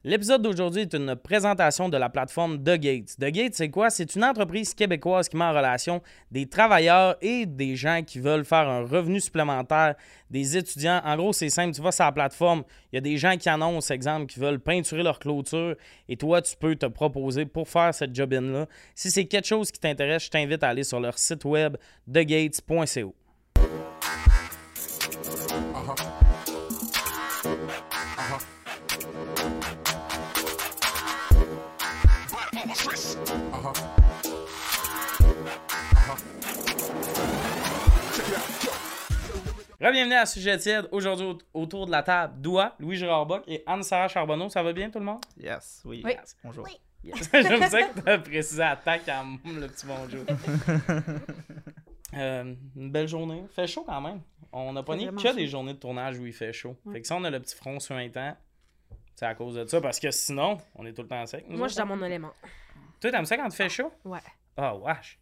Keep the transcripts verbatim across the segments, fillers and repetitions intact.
L'épisode d'aujourd'hui est une présentation de la plateforme The Gates. The Gates, c'est quoi? C'est une entreprise québécoise qui met en relation des travailleurs et des gens qui veulent faire un revenu supplémentaire, des étudiants. En gros, c'est simple, tu vas sur la plateforme, il y a des gens qui annoncent, exemple, qui veulent peinturer leur clôture et toi, tu peux te proposer pour faire cette job-in-là. Si c'est quelque chose qui t'intéresse, je t'invite à aller sur leur site web the gates point co. Bienvenue à Sujet tiède. Aujourd'hui, autour de la table, Doua, Louis-Gérard Bock et Anne-Sara Charbonneau. Ça va bien, tout le monde? Yes, oui. Oui. Yes. Bonjour. Oui. Yes. J'aime ça que tu as précisé à ta cam, le petit bonjour. euh, une belle journée. Il fait chaud quand même. On n'a pas ni que chaud. des journées de tournage où il fait chaud. Ouais. Fait que si on a le petit front suintant, c'est à cause de ça. Parce que sinon, on est tout le temps sec. nous Moi, autres, je suis dans hein? mon élément. Toi, t'aimes ça quand il fait chaud? Ouais. Ah, oh, wesh.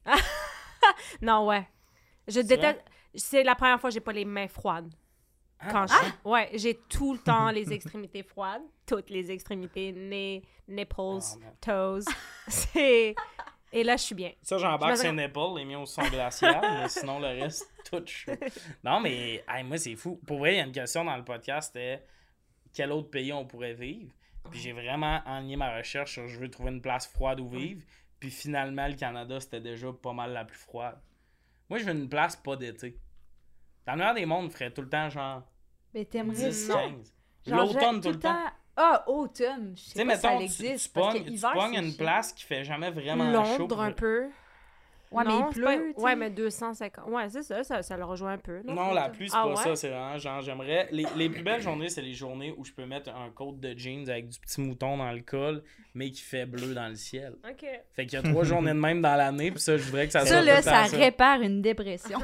Non, ouais. Je déteste. C'est la première fois que j'ai pas les mains froides. Ah, Quand ah! je... Ouais, j'ai tout le temps les extrémités froides. Toutes les extrémités. Nez, nipples, Oh, man. toes. C'est... Et là, je suis bien. Ça, j'embarque Je me ses nipples, les miens sont glaciales, mais sinon, le reste, tout chaud. Non, mais hey, moi, c'est fou. Pour vrai, il y a une question dans le podcast, c'était quel autre pays on pourrait vivre? Puis j'ai vraiment enligné ma recherche sur je veux trouver une place froide où vivre. Puis finalement, le Canada, c'était déjà pas mal la plus froide. Moi, je veux une place pas d'été. Dans le meilleur des mondes, ferait tout le temps genre Mais t'aimerais dix, ça? quinze. Genre, L'automne, j'ai- tout le temps. Ah, automne. Je Tu sais sais, pas si ça mettons, tu, existe. tu parce pognes, que tu hiver, pognes c'est une chiant. place qui fait jamais vraiment chaud. Londres, pour- un peu. Ouais, mais Non, il c'est pleut. pas- tu sais. Ouais, mais deux cent cinquante. Ouais, c'est ça, ça, ça le rejoint un peu. Non, la pluie, c'est Ah pas ouais? ça. C'est vraiment genre, j'aimerais. Les, les plus belles journées, c'est les journées où je peux mettre un coat de jeans avec du petit mouton dans le col, mais qui fait bleu dans le ciel. OK. Fait qu'il y a trois journées de même dans l'année, puis ça, je voudrais que ça, Ça, soit là, tout le temps ça répare une dépression.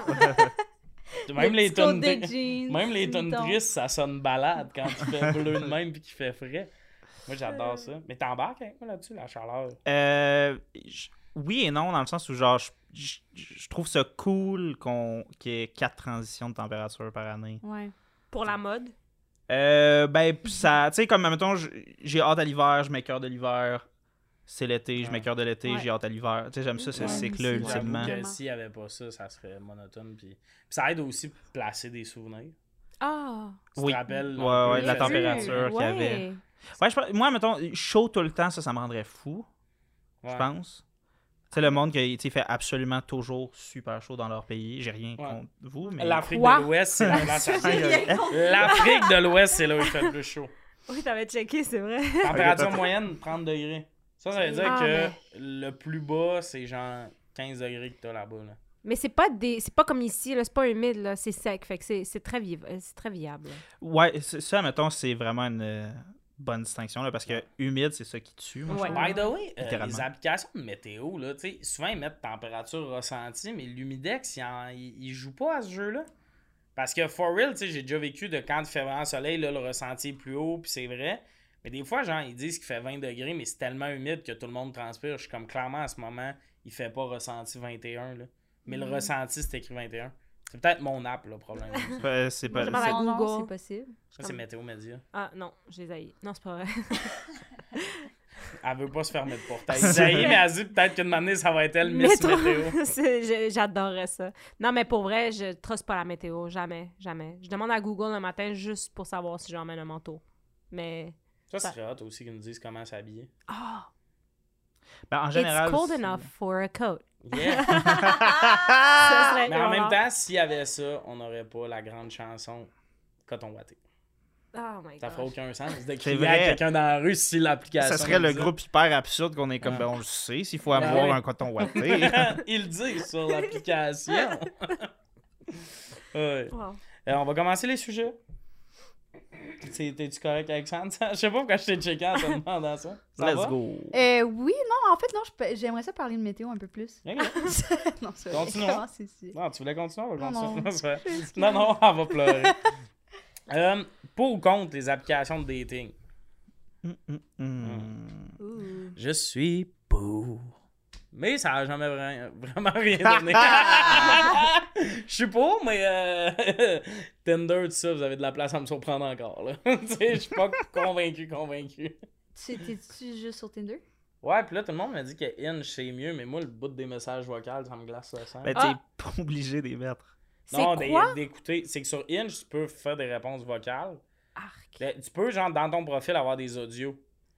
Même les, Le petit coat tonnes de de- jeans, même les tonnes mouton. tristes, ça sonne balade quand il fait bleu de même puis qu'il fait frais. Moi, j'adore ça. Mais t'embarques avec moi là-dessus, la chaleur. Euh, j- oui et non, dans le sens où genre je, je- je trouve ça cool qu'on qu'il y ait quatre transitions de température par année. Ouais. Pour la mode. Euh, ben, pis ça, tu sais, comme, mettons, j- j'ai hâte à l'hiver, je m'écœure de l'hiver. C'est l'été, je Ouais. m'écœure de l'été, Ouais. j'ai hâte à l'hiver. Tu sais, j'aime ça, ce Ouais, cycle-là, moi aussi, ultimement. J'avoue que Vraiment. s'il n'y avait pas ça, ça serait monotone. Puis, puis ça aide aussi à placer des souvenirs. Ah! Tu Oui. te rappelles Ouais, un peu ouais, de la le- température qu'il y avait. Ouais, je, pense- moi, mettons, chaud tout le temps, ça, ça me rendrait fou, Ouais. je pense. Tu sais, le monde qui tu sais, fait absolument toujours super chaud dans leur pays. J'ai rien Ouais. contre vous, mais. L'Afrique Quoi? de l'Ouest, c'est la place à J'ai rien compris. L'Afrique de l'Ouest, c'est là où il fait le plus chaud. Oui, t'avais checké, c'est vrai. Température Ok, moyenne, trente degrés. Ça, ça veut dire Ah, que mais- le plus bas, c'est genre quinze degrés que t'as là-bas. Là. Mais c'est pas des c'est pas comme ici là, c'est pas humide là, c'est sec, fait que c'est c'est très viv... c'est très viable. Ouais, c'est- ça, mettons, c'est vraiment une euh, bonne distinction, là, parce que humide, c'est ça qui tue, moi, je Ouais. trouve. By the way, euh, Littéralement. les applications de météo, là, tu sais, souvent ils mettent température ressentie, mais l'humidex, il, en- il, il joue pas à ce jeu-là. Parce que for real, tu sais, j'ai déjà vécu de quand il fait vraiment soleil, là, le ressenti est plus haut, puis c'est vrai. Mais des fois, genre, ils disent qu'il fait vingt degrés, mais c'est tellement humide que tout le monde transpire. Je suis comme, clairement, à ce moment, il fait pas ressenti vingt et un, là. Mais le ressenti, c'est écrit vingt et un. C'est peut-être mon app, le problème. Ça, Euh, c'est pas. Je demande à c'est- Non, non, Google. c'est possible. c'est Météo Média. Ah non, je les haïs. Non, c'est pas vrai. Elle veut pas se fermer de portail. Isaïe, mais elle dit peut-être qu'une année, ça va être elle, Miss Météo. Météo. C'est- j'ai- J'adorerais ça. Non, mais pour vrai, je truste pas la météo. Jamais, jamais. Je demande à Google le matin juste pour savoir si j'emmène un manteau. Mais. Ça, ce serait hot aussi qu'ils nous disent comment s'habiller. Ah! Ben, en général. It's cold c'est- enough for a coat. Yeah! Ça serait Mais en même hurlant. temps, s'il y avait ça, on n'aurait pas la grande chanson Coton Watté. Oh my Ça god. ferait aucun sens de C'est crier vrai. à quelqu'un dans la rue si l'application. Ça serait le dit. groupe hyper absurde qu'on est comme, Ouais. ben, on le sait, s'il faut Ben avoir oui. un coton watté. Il le dit sur l'application. Ouais. Wow. Euh, on va commencer les sujets. T'es- T'es-tu correct, Alexandre? Je sais pas pourquoi je t'ai checké en te demandant ça. Ça Let's va? go. Euh, oui, non, en fait, non, je peux- j'aimerais ça parler de météo un peu plus. Ok. non, c'est Continuons. Comment c'est ici? Non, tu voulais continuer? On va Non, continuer. non. C'est vrai. Je suis Non, non, on va pleurer. Euh, pour ou contre les applications de dating? Hum, hum, hum. Ouh. Je suis pour. Mais ça n'a jamais vra- vraiment rien donné. Je suis pour, mais euh, Tinder, tout ça, vous avez de la place à me surprendre encore. Là. Tu sais, je suis pas convaincu, convaincu. Tu t'es-tu juste sur Tinder? Ouais, puis là, tout le monde m'a dit que Hinge, c'est mieux, mais moi, le bout des messages vocaux, ça me glace le sang. Ben, Ah. t'es pas obligé d'y mettre. C'est Non, des- quoi? d'écouter. C'est que sur Hinge, tu peux faire des réponses vocales. Arc. Ben, tu peux, genre, dans ton profil, avoir des audios.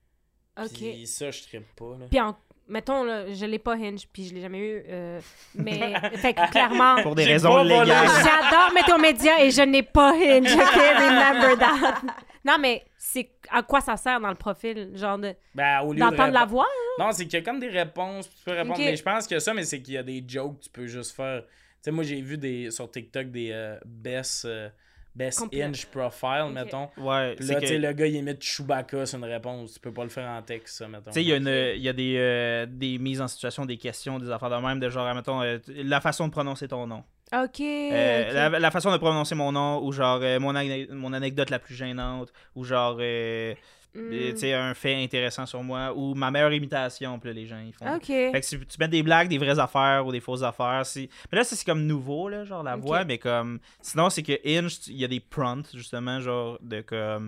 OK. Puis ça, je trippe pas, là. Puis, en... mettons, là, je l'ai pas Hinge, puis je l'ai jamais eu. euh, Mais, fait que clairement, Pour des J'ai raisons pas volé. légales. j'adore Météo Média et je n'ai pas Hinge. OK, remember that. Non, mais c'est à quoi ça sert dans le profil? Genre de... Ben, au lieu d'entendre de la répondre- voix? Non, c'est qu'il y a comme des réponses, puis tu peux répondre. Ok. Mais je pense que ça, mais c'est qu'il y a des jokes que tu peux juste faire. Tu sais, moi, j'ai vu des sur TikTok des euh, best, euh, best Complet. Hinge profile, Ok. mettons. Ouais, Puis c'est là, que... tu sais, le gars, il émet Chewbacca sur une réponse. Tu peux pas le faire en texte, ça, mettons. Tu sais, il y a, une, il y a des, euh, des mises en situation, des questions, des affaires de même, de genre, mettons, euh, la façon de prononcer ton nom. OK. Euh, ok. la, la façon de prononcer mon nom, ou genre, euh, mon, ane- mon anecdote la plus gênante, ou genre, euh, Hmm. euh, tu sais, un fait intéressant sur moi, ou ma meilleure imitation, puis là, les gens, ils font... OK. Fait que si tu mets des blagues, des vraies affaires ou des fausses affaires, si... mais là, ça, c'est comme nouveau, là, genre la Ok. voix, mais comme... Sinon, c'est que Hinge, tu- il y a des prompts, justement, genre, de comme...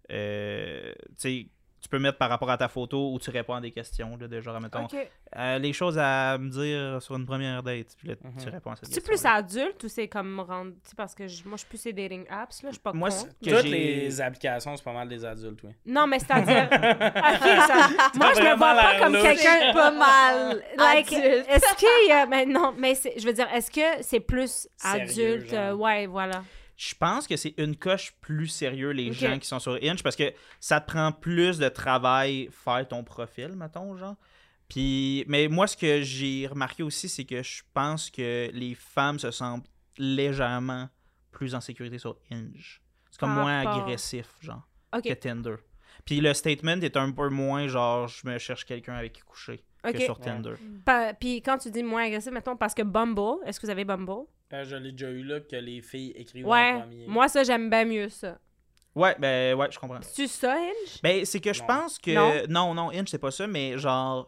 euh, tu sais, tu peux mettre par rapport à ta photo où tu réponds à des questions, là, de genre, mettons, OK. euh, les choses à me dire sur une première date, puis là, tu Mhm. réponds à cette C'est question. plus adulte ou c'est comme rendre. Tu sais, parce que je- moi, je suis plus ces dating apps, là. Je suis pas Moi, con. c'est- que Toutes j'ai- les applications, c'est pas mal des adultes, oui. Non, mais c'est-à-dire. OK, ça. Moi, je me vraiment vois pas l'air comme louche. quelqu'un. Pas mal. Like, adulte. est-ce qu'il y a. Mais non, mais c'est- je veux dire, est-ce que c'est plus Sérieux, adulte? genre. euh, ouais, voilà. Je pense que c'est une coche plus sérieux, les Ok. gens qui sont sur Hinge, parce que ça te prend plus de travail faire ton profil, mettons, genre. Puis, mais moi, ce que j'ai remarqué aussi, c'est que je pense que les femmes se sentent légèrement plus en sécurité sur Hinge. C'est comme Par moins rapport- agressif, genre, OK. que Tinder. Puis le statement est un peu moins genre, je me cherche quelqu'un avec qui coucher, OK. que sur Tinder. Pa- Puis quand tu dis moins agressif, mettons, parce que Bumble, est-ce que vous avez Bumble? Euh, je l'ai déjà eu là, que les filles écrivent en Ouais. premier. Moi, ça, j'aime bien mieux ça. Ouais, ben ouais, je comprends. C'est-tu ça, Hinge? Ben, c'est que je Non. pense que. Non? Non, non, Hinge, c'est pas ça, mais genre.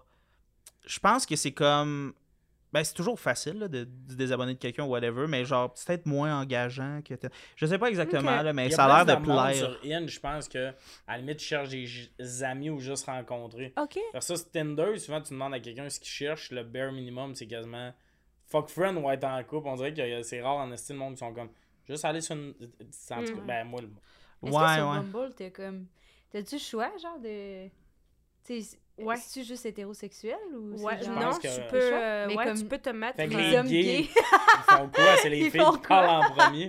Je pense que c'est comme. Ben, c'est toujours facile là, de, de se désabonner de quelqu'un ou whatever, mais genre, c'est peut-être moins engageant que. t- Je sais pas exactement, Ok. là, mais Il y a ça a l'air plus de monde plaire. Sur Hinge, je pense que, à la limite, tu cherches des j- amis ou juste rencontrer. OK. Versus Tinder, souvent, tu demandes à quelqu'un ce qu'il cherche. Le bare minimum, c'est quasiment fuck friend ou être en couple. On dirait que c'est rare en estime, le monde qui sont comme juste aller sur une. En tout cas, Mm. ben, moi, le- Est-ce Ouais, que sur ouais. Bumble, t'as comme... T'as-tu le choix, genre, de... Tu sais, Ouais. c'est-tu juste hétérosexuel ou Ouais, c'est genre... non, pense que- tu peux, euh, Mais ouais, comme- tu peux te mettre. Fait que euh, les Les hommes gays, gays. ils font quoi? C'est les Ils filles font qui parlent en premier.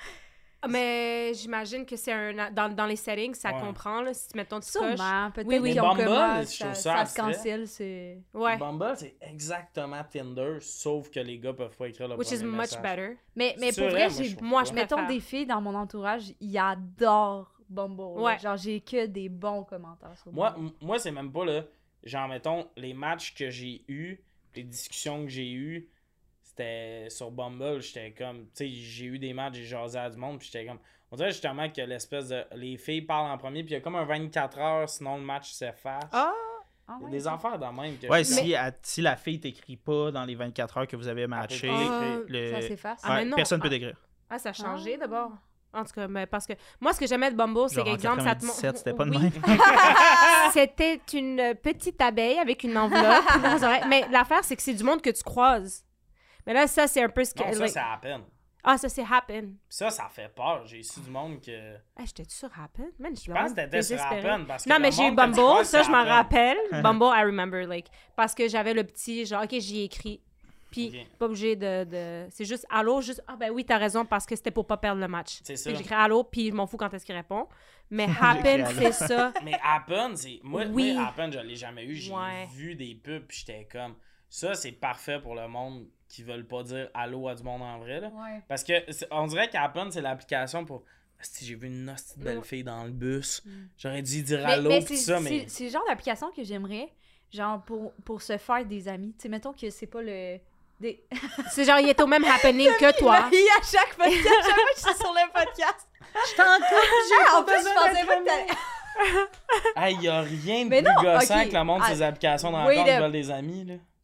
Mais j'imagine que c'est un. Dans, dans les settings, ça Ouais. comprend, là. Si, mettons, tu coches. Sûrement, peut-être Oui, oui. qu'ils ont Bumble, comme... ah, je ça, trouve ça ça se abstrait. cancelle, c'est... Ouais. Bumble, c'est exactement Tinder, sauf que les gars peuvent pas écrire le Which is premier much message. better. Mais, mais C'est pour vrai, vrai, moi, je j'ai... trouve Moi, pas. je Mettons préfère. des filles dans mon entourage, ils adorent Bumble. là. Ouais. Genre, j'ai que des bons commentaires sur Moi, Bumble. m- moi c'est même pas là. Genre, mettons, les matchs que j'ai eus, les discussions que j'ai eues, c'était sur Bumble. J'étais comme, tu sais, j'ai eu des matchs, j'ai jasé à du monde, puis j'étais comme, on dirait justement que l'espèce de. Les filles parlent en premier, puis il y a comme un vingt-quatre heures, sinon le match s'efface. Ah! Ah Il y a ouais, des ok. affaires dans même que Ouais, je- si, à- si la fille t'écrit pas dans les vingt-quatre heures que vous avez matché, Ah, le- Ça s'efface. Ah, mais ouais, non. personne Ah. peut t'écrire. Ah, ça a changé Ah. d'abord. En tout cas, mais parce que moi, ce que j'aimais de Bumble, c'est Genre en qu'exemple, ça te quatre-vingt-dix-sept, c'était pas de Oui. même. C'était une petite abeille avec une enveloppe dans les oreilles. Mais l'affaire, c'est que c'est du monde que tu croises. Mais là, ça, c'est un peu ce que. Non, ça, like- c'est à peine. Ah, ça, c'est Happen. Puis ça, ça fait peur. J'ai su du monde que. Ah, j'étais-tu sur Happen? Man, je Je pense que t'étais sur Happen. Parce que Non, le mais j'ai eu monde que tu Bumble, croises, ça, c'est je m'en Happen. rappelle. Bumble, I remember, like. Parce que j'avais le petit, genre, OK, j'y ai écrit. Puis, Ok. pas obligé de, de... C'est juste allô, juste. Ah, ben oui, t'as raison, parce que c'était pour pas perdre le match. C'est ça. Puis j'écris allô, puis je m'en fous quand est-ce qu'il répond. Mais J'écris Happen, allô. c'est ça. Mais Happen, c'est. Moi, Oui. moi, Happen, je l'ai jamais eu. J'ai Ouais. vu des pubs, puis j'étais comme. Ça, c'est parfait pour le monde qui veulent pas dire allô à du monde en vrai. Là. Ouais. Parce que c'est- on dirait qu'Happen, c'est l'application pour. Si j'ai vu une hostie de belle fille dans le bus, j'aurais dû dire Mais, allô, mais pis c'est ça, c'est- mais. c'est le genre d'application que j'aimerais, genre, pour, pour se faire des amis. Tu sais, mettons que c'est pas le... Des... C'est genre, il est au même happening que toi. à chaque podcast, à chaque fois que je suis sur le podcast. Je t'en Ah, en plus, je pensais pas que t'allais... Hey, y a rien de Mais plus non, gossant ok. que le monde de Ah, ces applications de wait rencontre up. veulent des amis, là.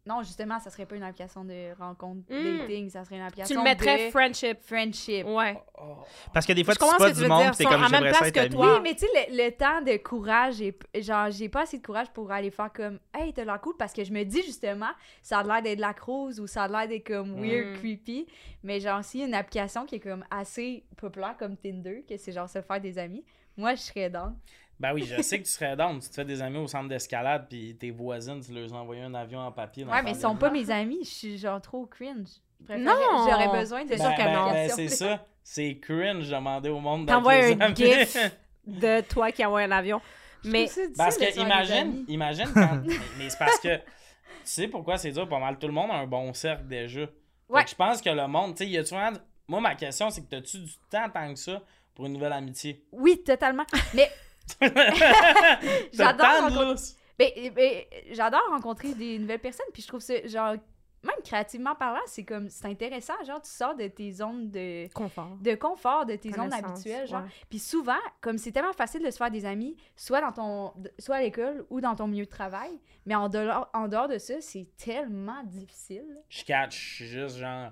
Non, justement, ça serait pas une application de rencontre Mm. dating, ça serait une application Tu le mettrais de friendship. friendship. Ouais. Oh. Parce que des fois, Je tu comprends ce spots que tu du veux monde, dire. pis t'es Sont comme à la même j'aimerais place ça être que ami. toi. Oui, mais tu sais, le, le temps de courage, et, genre, j'ai pas assez de courage pour aller faire comme « Hey, t'as l'air cool », parce que je me dis, justement, ça a l'air d'être de la crouse ou ça a l'air d'être comme weird, Mm. creepy. Mais genre, s'il y a une application qui est comme assez populaire comme Tinder, que c'est genre se faire des amis, moi, je serais dans. Ben oui, je sais que tu serais down. Tu te fais des amis au centre d'escalade, puis tes voisines, tu leur envoies un avion en papier. dans Ouais, le mais ils centre sont pas de- mes amis, je suis genre trop cringe. Je préférerais- Non! J'aurais besoin de C'est Ben, sûr que ben, non. ben, c'est ça. C'est cringe de demander au monde d'être T'envoies les un amis. gif de toi qui envoie un avion. Mais Parce que imagine, imagine quand. mais mais c'est parce que tu sais pourquoi c'est dur, pas mal tout le monde a un bon cercle déjà. Fait Ouais. que je pense que le monde, tu sais, il y a souvent. Moi, ma question, c'est que t'as-tu du temps tant que ça pour une nouvelle amitié? Oui, totalement. Mais T'as j'adore tant de rencontrer... lousse. Ben, ben, j'adore rencontrer des nouvelles personnes, puis je trouve ça, genre, même créativement parlant, c'est comme, c'est intéressant, genre, tu sors de tes zones de, confort. de confort, de tes zones Connaissance, habituelles, genre. ouais. Puis souvent, comme c'est tellement facile de se faire des amis, soit dans ton, soit à l'école ou dans ton milieu de travail, mais en dehors, en dehors de ça, c'est tellement difficile. Je catch, je suis juste genre.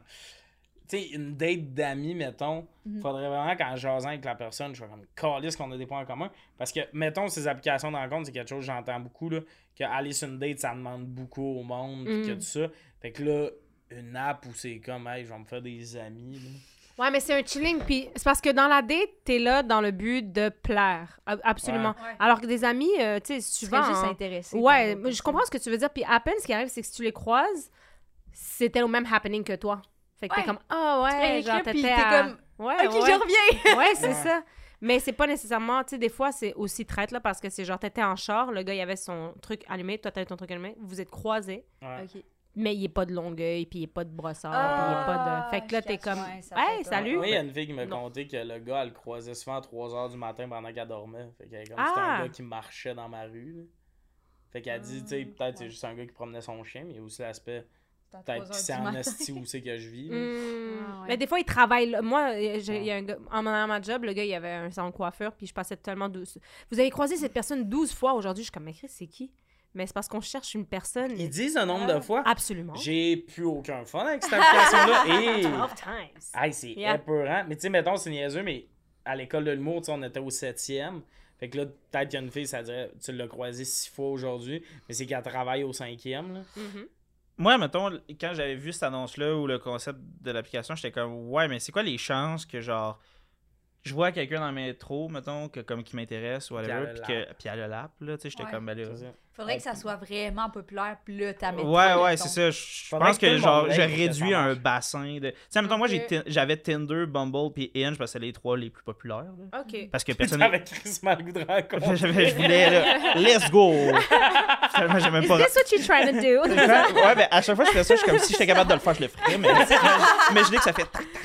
Tu sais, une date d'amis, mettons, Mhm. faudrait vraiment qu'en jasant avec la personne, je sois comme calisse qu'on a des points en commun. Parce que, mettons, ces applications de rencontre, c'est quelque chose que j'entends beaucoup, là, qu'aller sur une date, ça demande beaucoup au monde, pis Mhm. que tout ça. Fait que là, une app où c'est comme, hey, je vais me faire des amis, là. Ouais, mais c'est un chilling. Puis c'est parce que dans la date, t'es là dans le but de plaire. Ab- Absolument. Ouais. Alors que des amis, euh, tu sais, Tu souvent. serais juste en- intéressé. Ouais, par- moi, je comprends ce que tu veux dire. Puis à peine, ce qui arrive, c'est que si tu les croises, c'était au même happening que toi. Fait que Ouais. t'es comme, ah Tu fais ouais, les genre clips, puis t'étais t'es à- comme, Ouais, Ok, ouais. je reviens! Ouais, c'est Ouais. ça. Mais c'est pas nécessairement, tu sais, des fois, c'est aussi traite, là, parce que c'est genre, t'étais en char, le gars, il avait son truc allumé, toi, t'avais ton truc allumé, vous êtes croisés, Ouais. Ok. mais il est pas de Longueuil, puis il est pas de Brossard, Ah, puis il est pas de... Fait que là, je t'es catch, comme, ouais, ça hey, fait peur. salut! Oui, il y a une fille qui m'a Non. conté que le gars, elle le croisait souvent à trois heures du matin pendant qu'elle dormait. Fait qu'elle, comme Ah! c'était un gars qui marchait dans ma rue, là. Fait qu'elle dit, tu sais, peut-être c'est ouais. juste un gars qui promenait son chien, mais il y a aussi l'aspect, C'est à peut-être trois que heures c'est du en matin. esti où c'est que je vis. là. Hmm. Ah, ouais. Mais des fois, il travaille. là. Moi, euh, j'ai- il y a un gars, en menant ma job, le gars, il avait un salon de coiffure, puis je passais tellement douze. Vous avez croisé cette personne douze fois aujourd'hui. Je suis comme, mais Chris, c'est qui? Mais c'est parce qu'on cherche une personne. Ils disent un nombre de fois. Absolument. J'ai plus aucun fun avec cette application-là. Et. twelve times. Hey, c'est Yeah. épeurant. Mais tu sais, mettons, c'est niaiseux, mais à l'école de l'humour, tu sais, on était au septième. Fait que là, peut-être qu'il y a une fille, ça dirait, tu l'as croisée six fois aujourd'hui, mais c'est qu'elle travaille au cinquième. Là. Mhm. Moi, mettons, quand j'avais vu cette annonce-là ou le concept de l'application, j'étais comme, ouais, mais c'est quoi les chances que, genre, je vois quelqu'un dans le métro, mettons, que, comme qui m'intéresse ou Puis whatever, elle a puis que puis elle a l'app, là, tu sais, j'étais Ouais. comme, ben là. C'est ça. Faudrait que ça soit vraiment populaire, puis là, t'as mis. Ouais, ouais, c'est ça. Je je Faudrait pense que tout que, le genre, monde je l'aille pour que réduis ça un marche. bassin de. Tu sais, mettons, moi, j'ai Ok. Tin- j'avais Tinder, Bumble, puis Hinge, parce que c'est les trois les plus populaires, là. OK. Parce que personne. Avec Chris le goût de rencontre. J'avais- je voulais, là, let's go! Finalement, j'ai même Is pas. this what you're trying to do? Ouais, ben à chaque fois que je fais ça, je suis comme si j'étais capable de le faire, je le ferais, mais imaginez que ça fait tac,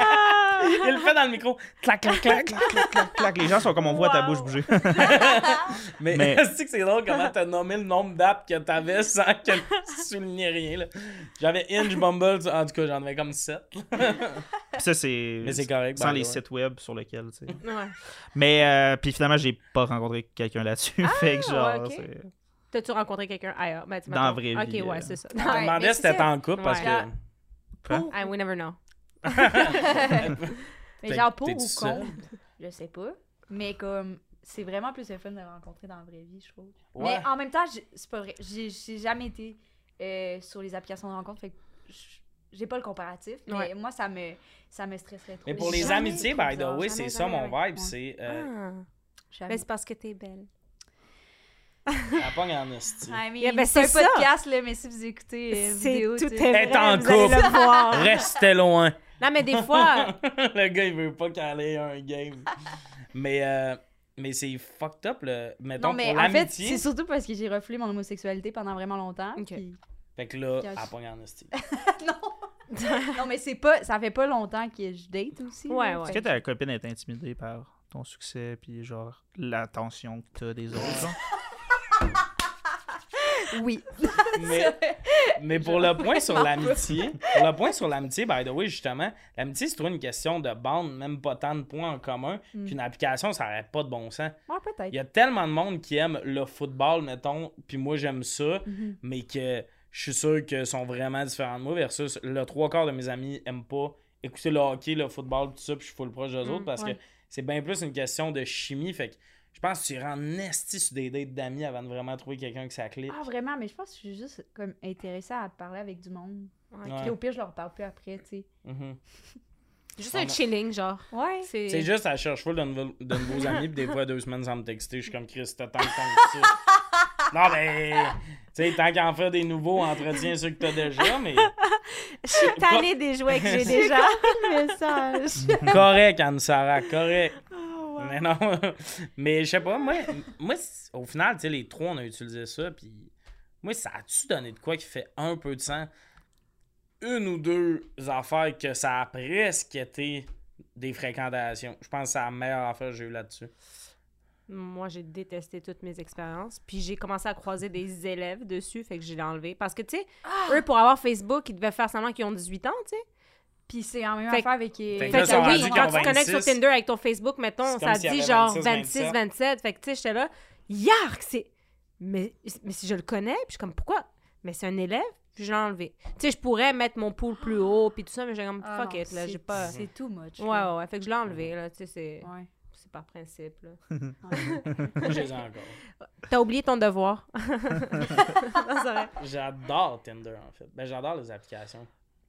Il le fait dans le micro. Clac, clac, clac. clac, clac, clac, clac. Les gens sont comme on voit ta Wow. bouche bouger. Mais, Mais- est-ce que c'est drôle comment t'as nommé le nombre d'apps que t'avais sans que tu soulignes rien, là. J'avais Hinge, Bumble, tu- en tout cas, j'en avais comme sept. Puis ça, c'est. Mais c'est correct, Sans by les the way. sites web sur lesquels, tu sais. Ouais. Mais, euh, puis finalement, j'ai pas rencontré quelqu'un là-dessus. fait que, genre, ok. c'est. T'as-tu rencontré quelqu'un ailleurs? Ben, tu Dans la m'attends. vraie vie, OK, ouais, euh. c'est ça. Je te Ouais, demandais mais si c'est t'étais ça. en couple parce Ouais. que. Quoi? I, we never know. Mais Fait genre, que pour t'es-tu ou seul? contre, je sais pas. Mais comme, c'est vraiment plus le fun de le rencontrer dans la vraie vie, je trouve. Ouais. Mais en même temps, j'ai- c'est pas vrai. J'ai j'ai jamais été euh, sur les applications de rencontre, fait que j- j'ai pas le comparatif. Mais Ouais. moi, ça me, ça me stresserait trop. Mais pour les Jamais, amitiés, trop by the bizarre. way, Jamais, c'est ça jamais, mon ouais. vibe. C'est. Euh, Ah. Jamais. Ben, c'est parce que t'es belle. la pogne en hostie. I mean, Yeah, ben, c'est un c'est ça. podcast, là, mais si vous écoutez euh, C'est vidéo, tout tu est sais. vrai, Être en vous allez couple. le voir. Restez loin. Non, mais des fois... Le gars, il veut pas qu'elle ait un game. mais euh, mais c'est fucked up, le... mettons, Non, mais pour en fait, l'amitié. c'est surtout parce que j'ai refoulé mon homosexualité pendant vraiment longtemps. Ok. puis- Fait que là, Puis, elle pogne en hostie. non. non, mais c'est pas, ça fait pas longtemps que je date aussi. Ouais, là, ouais. fait Est-ce que ta copine est intimidée par ton succès, puis genre, l'attention que t'as des autres, genre? Oui. mais, mais pour le point sur l'amitié, pour le point sur l'amitié, by the way, justement, l'amitié, c'est trop une question de bande, même pas tant de points en commun, Mm. qu'une application, ça n'aurait pas de bon sens. Ouais, peut-être. Il y a tellement de monde qui aime le football, mettons, puis moi, j'aime ça, Mhm. mais que je suis sûr qu'ils sont vraiment différents de moi, versus le trois quarts de mes amis aiment pas écouter le hockey, le football, tout ça, puis je suis full proche d'eux Mm, autres, parce ouais. que c'est bien plus une question de chimie, fait que je pense que tu irais en esti sur des dates d'amis avant de vraiment trouver quelqu'un que ça clique. Ah, vraiment, mais je pense que je suis juste comme intéressée à parler avec du monde. Ouais. Ouais. Puis au pire, je leur parle plus après, tu sais. Mhm. Juste On un a- chilling, genre. Ouais. C'est C'est juste, elle cherche full de, nouvel- de nouveaux amis, puis des fois, deux semaines sans me texter, je suis comme Chris, t'as tant de temps que ça. Non, mais, tu sais, tant qu'à en faire des nouveaux, entretiens ceux que t'as déjà, mais Je suis tannée des jouets que j'ai déjà. Message. correct, Anne-Sara, correct. Mais non, mais je sais pas, moi, moi c- au final, tu sais, les trois, on a utilisé ça, puis moi, ça a-tu donné de quoi qui fait un peu de sens? Une ou deux affaires que ça a presque été des fréquentations. Je pense que c'est la meilleure affaire que j'ai eue là-dessus. Moi, j'ai détesté toutes mes expériences. Puis j'ai commencé à croiser des élèves dessus, fait que j'ai enlevé. Parce que, tu sais, eux, pour avoir Facebook, ils devaient faire semblant qu'ils ont dix-huit ans, tu sais. Puis c'est en même Fait- affaire avec... euh, Fait que Fait là, que ça a oui, rendu qu'ils quand ont tu connectes sur vingt-six. Tinder avec ton Facebook, mettons, C'est ça comme s'il y dit avait genre vingt-six, vingt-six, vingt-sept. Fait que, tu sais, j'étais là, yark, c'est... Mais, mais si je le connais, puis je suis comme, pourquoi? Mais c'est un élève, puis je l'ai enlevé. Tu sais, je pourrais mettre mon pool plus haut, puis tout ça, mais j'ai comme, Ah fuck non, it, là, c'est- j'ai pas... C'est too much. Ouais, ouais, ouais, fait que je l'ai enlevé, là, tu sais, c'est... Ouais. C'est par principe, là. Moi, je les ai encore. T'as oublié ton devoir. Non, c'est vrai. J'adore Tinder, en fait. Ben, j'adore les applications.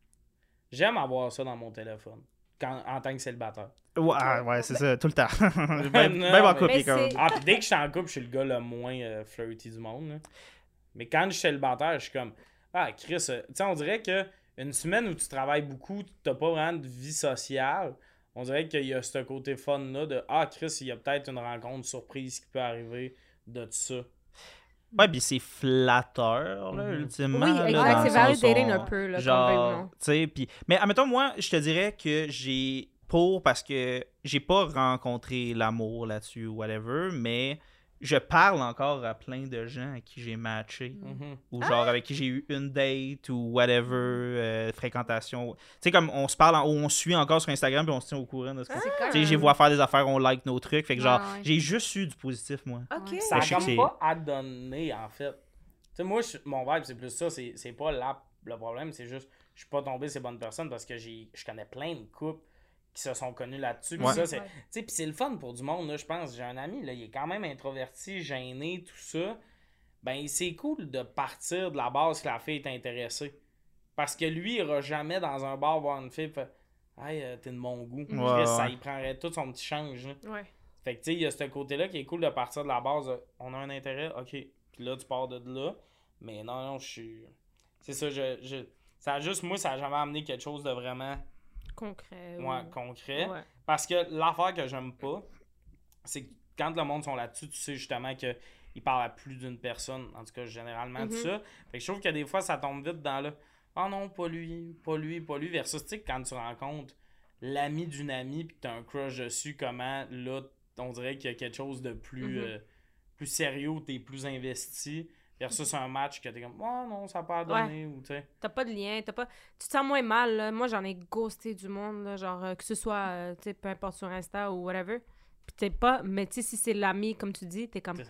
J'aime avoir ça dans mon téléphone, quand, en tant que célibataire. Ouais, ah, ouais, c'est ça, tout le temps. même, Non, même en mais- couple, Mais il est comme... c'est- Ah, puis dès que je suis en couple, je suis le gars le moins euh, flirty du monde. là. Mais quand je suis célibataire, je suis comme, ah, Chris, euh, tu sais, on dirait que une semaine où tu travailles beaucoup, t'as pas vraiment de vie sociale. On dirait qu'il y a ce côté fun-là de, ah, Chris, il y a peut-être une rencontre surprise qui peut arriver de tout ça. Ouais, puis c'est flatteur, là, Mhm. ultimement. Oui, là, exact, dans c'est le sens validating où- un peu, là, genre, comme veuille ou non. tu sais, puis... Mais, admettons, moi, je te dirais que j'ai... Pour, parce que j'ai pas rencontré l'amour là-dessus ou whatever, mais je parle encore à plein de gens à qui j'ai matché. Mhm. Ou genre avec qui j'ai eu une date ou whatever, euh, fréquentation. Tu sais, comme on se parle, en- ou on se suit encore sur Instagram puis on se tient au courant de ce qu'on C'est Tu quand sais, j'ai vu faire des affaires, on like nos trucs. Fait que genre, Ouais, ouais. j'ai juste eu du positif, moi. OK. Ouais. Ça a je sais que comme c'est- pas à donner, en fait. Tu sais, moi, je- mon vibe, c'est plus ça. C'est c'est pas la, le problème, c'est juste, je suis pas tombé ces bonnes personnes parce que j'ai je connais plein de couples qui se sont connus là-dessus. Puis Ouais. ça, c'est... Ouais. Tu sais, puis c'est le fun pour du monde, là, je pense. J'ai un ami, là, il est quand même introverti, gêné, tout ça. Ben, c'est cool de partir de la base que la fille est intéressée. Parce que lui, il ira jamais dans un bar voir une fille et fait « Hey, euh, t'es de mon goût. Chris, Ouais, ça ouais. y prendrait tout son petit change. là. Ouais. Fait que, tu sais, il y a ce côté-là qui est cool de partir de la base. euh, On a un intérêt, ok. Puis là, tu pars de là. Mais non, non, je suis. C'est ça, je, je. Ça a juste, moi, ça a jamais amené quelque chose de vraiment Concret. ouais, ou- concret. Ouais. Parce que l'affaire que j'aime pas, c'est que quand le monde sont là-dessus, tu sais justement qu'ils parlent à plus d'une personne. En tout cas, généralement, tout Mhm. ça. Fait que je trouve que des fois, ça tombe vite dans le ah non, pas lui, pas lui, pas lui. Versus, tu sais, quand tu rencontres l'ami d'une amie puis que t'as un crush dessus, comment là, on dirait qu'il y a quelque chose de plus, Mhm. euh, plus sérieux, où t'es plus investi. Versus un match que t'es comme oh non, ça n'a pas donné. Ou tu sais. T'as pas de lien, t'as pas... Tu te sens moins mal, là. Moi, j'en ai ghosté du monde, là, genre, euh, que ce soit, euh, tu sais, peu importe sur Insta ou whatever. Puis t'es pas... Mais tu sais, si c'est l'ami, comme tu dis, t'es comme... C'est ça.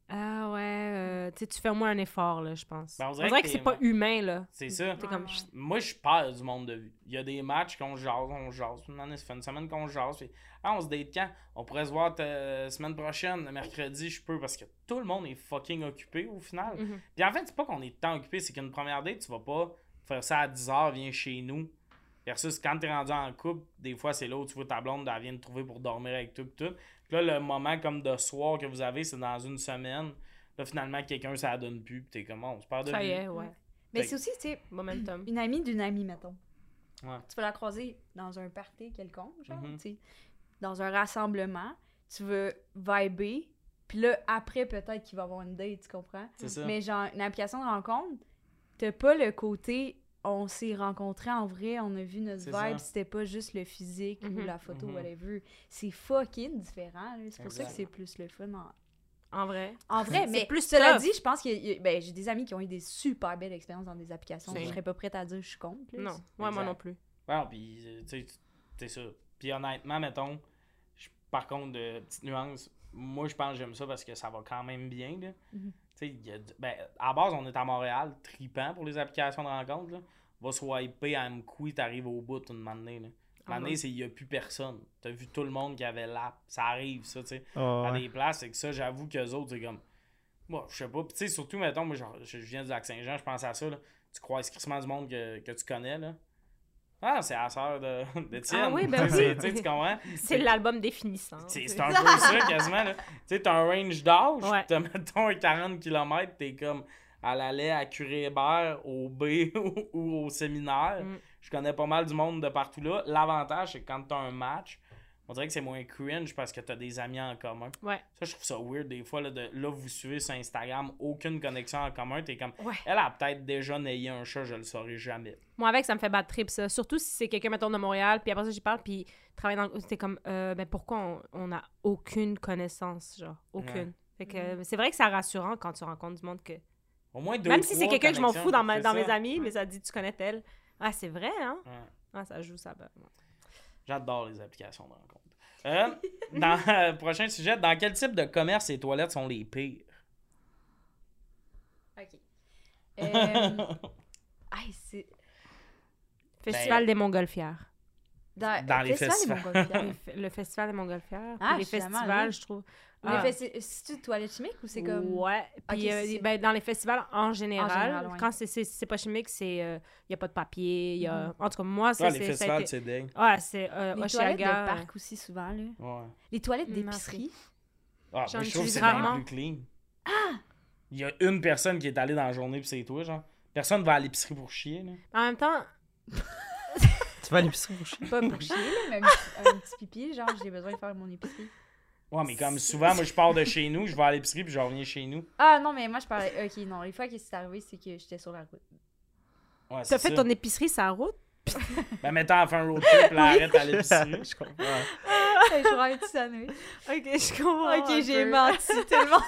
Ah ouais, euh, tu sais, tu fais au moins un effort, là, je pense. Ben, on on dirait dirait, que que t'es- c'est pas humain, là. C'est ça. T'es comme... Ouais. Moi, je perds du monde de vue. Il y a des matchs qu'on jase, on jase. Une année, ça fait une semaine qu'on jase. Puis, ah, on se date quand? On pourrait se voir ta semaine prochaine, le mercredi, je peux, parce que tout le monde est fucking occupé au final. Mhm. Puis en fait, c'est pas qu'on est tant occupé, c'est qu'une première date, tu vas pas faire ça à dix heures, viens chez nous. Versus quand t'es rendu en couple, des fois, c'est là où tu vois ta blonde, elle vient te trouver pour dormir avec tout, tout. Puis là, le moment comme de soir que vous avez, c'est dans une semaine. Là, finalement, quelqu'un, ça la donne plus. Puis t'es comme, oh, on se perd de Ça y vue. est, ouais. Mais Fait- c'est aussi, tu sais, Momentum. une amie d'une amie, mettons. Ouais. Tu vas la croiser dans un party quelconque, genre, Mhm. tu sais, dans un rassemblement. Tu veux vibrer. Puis là, après, peut-être qu'il va y avoir une date, tu comprends? C'est ça. Mais genre, une application de rencontre, t'as pas le côté on s'est rencontrés en vrai, on a vu notre C'est vibe, ça. c'était pas juste le physique ou Mhm. la photo, Mhm. whatever. C'est fucking différent, là. C'est pour ça que Exact. c'est plus le fun en, En vrai. en vrai. C'est Mais plus cela tough. dit, je pense que y a- ben, j'ai des amis qui ont eu des super belles expériences dans des applications. C'est- Je serais pas prête à dire que je suis contre. là. Non. Ouais, moi Exact. non plus. Ouais, puis, euh, tu sais, tu- c'est ça. Puis honnêtement, mettons, je- par contre, de petites nuances, moi, je pense que j'aime ça parce que ça va quand même bien, là. Mhm. Tu Tu sais, il y a du- ben, à la base, on est à Montréal, tripant pour les applications de rencontre. Là. Va swiper à Mkoui, t'arrives au bout une année. Là. Ah Une ouais. année, c'est il n'y a plus personne. T'as vu tout le monde qui avait l'app. Ça arrive, ça, tu sais. Ah, À ouais. des places, c'est que ça, j'avoue qu'eux autres, c'est comme. Bon, je sais pas. Puis, tu sais, surtout, mettons, moi, genre, je je viens du Lac-Saint-Jean, je pense à ça, là. Tu croises crissement du monde que, que tu connais, là. Ah, c'est la sœur de, d'Étienne. Ah oui, ben Tu sais, oui. tu sais, tu comprends? C'est l'album définissant. C'est tu c'est sais. un peu ça, quasiment. Là. Tu sais, t'as un range d'âge, Ouais. t'as, mettons, un quarante kilomètres, t'es comme à l'allée à Curé-Hébert, au B ou, ou au séminaire. Mm. Je connais pas mal du monde de partout là. L'avantage, c'est que quand t'as un match, on dirait que c'est moins cringe parce que t'as des amis en commun. Ouais. Ça, je trouve ça weird des fois. Là, de, là vous suivez sur Instagram, aucune connexion en commun. T'es comme, Ouais. elle a peut-être déjà nayé un chat, je le saurai jamais. Moi, avec, ça me fait battre trip, ça. Surtout si c'est quelqu'un, mettons, de Montréal, puis après ça, j'y parle, puis travaille dans le... C'était comme, euh, ben pourquoi on- on n'a aucune connaissance, genre, aucune. Ouais. Fait que euh, c'est vrai que c'est rassurant quand tu rencontres du monde que... Au moins deux Même si c'est trois quelqu'un que je m'en connexions, fous dans, ma- c'est dans ça. mes amis, mais ça dit, tu connais tel. Ah, c'est vrai, hein? Ouais. Ah, ça joue, ça. Ben, ouais. J'adore les applications de rencontre. Euh, dans le prochain sujet, dans quel type de commerce les toilettes sont les pires? Ok. Euh, Aïe, c'est. Festival des Montgolfières. Dans, Dans les Festival des Montgolfières. Le f- le festival des Montgolfières. Ah, puis les je suis jamais festivals, allée. je trouve. Les Ah. festi- C'est-tu toilette chimique ou c'est comme. Ouais. Puis Ok, euh, c'est- ben, dans les festivals en général, général, ouais. quand c'est- c'est c'est pas chimique, c'est il y a pas de papier, il y a Mhm. en tout cas moi ça Ouais, c'est les ça a festivals, été- c'est dingue. Ouais, c'est euh, Les toilettes de Oshiaga. parc aussi, souvent, là. Ouais. Les toilettes Non, d'épicerie. Ah, J'en moi, je trouve que utilise c'est bien rarement. plus clean. Il y a une personne qui est allée dans la journée, puis c'est toi, genre. Personne va à l'épicerie pour chier, là. En même temps, Tu vas à l'épicerie pour chier? Pas pour chier, là, mais un petit, un petit pipi, genre, j'ai besoin de faire mon épicerie. Ouais, mais comme souvent, moi, je pars de chez nous, je vais à l'épicerie, puis je reviens chez nous. Ah non, mais moi, je parlais. Ok, non, les fois que c'est arrivé, c'est que j'étais sur la route. Ouais, t'as c'est fait ça. ton épicerie sur la route. Ben, mettons, on fait un road trip, là, arrête à l'épicerie. Je comprends. Hey, je vais un petit sandwich. Ok, je comprends. Ok, j'ai menti tellement.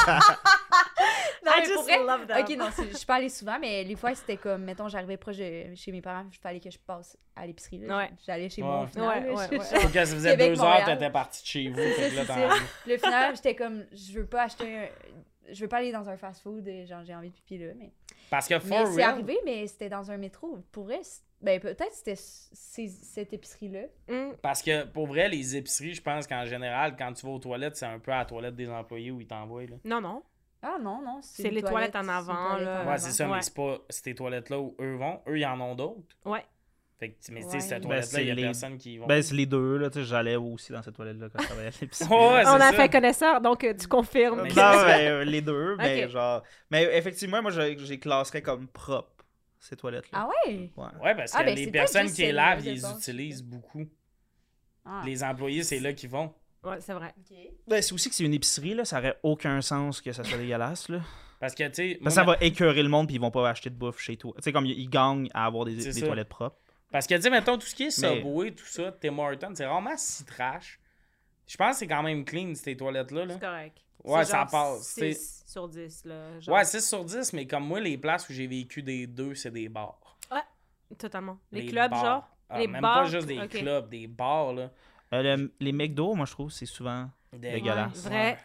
non, I mais pour just vrai, love that. ok, non, c'est- je suis pas allée souvent, mais les fois, c'était comme, mettons, j'arrivais proche de chez mes parents, il fallait que je passe à l'épicerie. là. Ouais. J'allais chez Ouais. moi au final. Ouais, là, ouais, je- ouais. genre, Faut que ça faisait Québec, deux heures, Montréal. t'étais parti de chez vous. Fait que là, c'est t'en- ça. Le final, j'étais comme, je veux pas acheter un... Je veux pas aller dans un fast-food, et genre, j'ai envie de pipi là, mais... Parce que Mais for c'est real, arrivé, mais c'était dans un métro. Pour vrai, c'est- ben peut-être c'était c- cette épicerie-là. Hum, parce que pour vrai, les épiceries, je pense qu'en général, quand tu vas aux toilettes, c'est un peu à la toilette des employés où ils t'envoient, là. Non, non. Ah non, non, c'est C'est une les toilettes en c'est une avant, toilette là. en Ouais, avant. c'est ça, Ouais. mais c'est pas ces toilettes-là où eux vont. Eux, ils en ont d'autres. Ouais. Fait que, mais tu Ouais. sais, cette Ben, toilette-là, il y a c'est les- personne qui y va. Ben, c'est les deux, là. Tu sais, j'allais aussi dans cette toilette-là quand je travaillais à l'épicerie. Ouais, ouais, c'est On a ça. fait connaisseur, donc euh, tu confirmes. Mais que- Non, ben, euh, les deux, mais Ok. genre... Mais effectivement, moi, je, je les classerais comme propres, ces toilettes-là. Ah ouais? Ouais. Ouais, parce que Ah, ben, les c'est personnes peut-être qui juste les lavent, celle-là, ils je les pense. utilisent beaucoup. Ah. Les employés, c'est là qu'ils vont. Ouais, c'est vrai. Ok. Ben, c'est aussi que c'est une épicerie, là. Ça aurait aucun sens que ça soit dégueulasse, là. Parce que, tu sais, Parce moi, que ça va écœurer le monde, puis ils vont pas acheter de bouffe chez toi. Tu sais, comme ils ils gagnent à avoir des, C'est des ça. toilettes propres. parce que, tu sais, mettons, tout ce qui est Mais- Subway, tout ça, Tim Hortons, c'est rarement si trash. Je pense que c'est quand même clean, ces toilettes-là. Là. C'est correct. Ouais, C'est ça genre passe. six sur dix, là. genre. Ouais, six sur dix, mais comme moi, les places où j'ai vécu des deux, c'est des bars. Totalement. Les, Les clubs, bars. genre. Ah, les même bars. pas juste des ok. clubs, des bars, là. Euh, le- les McDo, moi, je trouve, c'est souvent... Des- Dégueulasse. Vrai.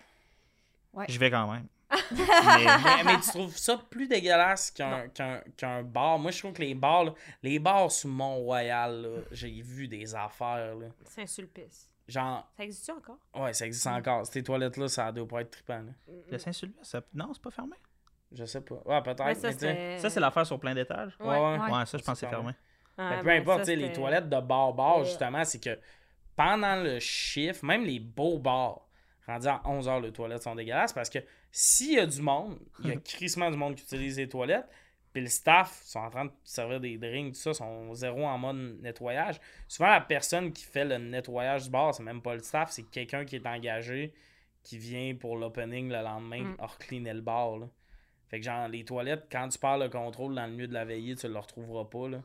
Je vais quand même. mais... mais, mais tu trouves ça plus dégueulasse qu'un qu'un qu'un bar? Moi, je trouve que les bars, là, les bars sur Mont-Royal, là, j'ai vu des affaires, là. C'est un sulpice. Genre, Ça existe encore? ouais, ça existe encore. Ces toilettes-là, ça doit pas être trippant, là. Le Saint-Sylvestre, ça... non, c'est pas fermé. Je sais pas. Ouais, peut-être, Ouais, ça, mais tu sais. c'était- Ça, c'est l'affaire sur plein d'étages. Ouais, ouais. Ouais. Ouais, ça, je pense que c'est C'est fermé. Ah, Mais peu ben, importe, ça, tu sais, les c'était- toilettes de bar-bar, Euh. justement, c'est que pendant le chiffre, même les beaux bars, rendus à onze heures, les toilettes sont dégueulasses parce que s'il y a du monde, il y a crissement du monde qui utilise les toilettes, puis le staff sont en train de servir des drinks, tout ça, sont zéro en mode nettoyage. Souvent, la personne qui fait le nettoyage du bar, c'est même pas le staff, c'est quelqu'un qui est engagé, qui vient pour l'opening le lendemain, Mm. hors cleaner le bar, là. Fait que genre, les toilettes, quand tu perds le contrôle dans le milieu de la veillée, tu le retrouveras pas, là.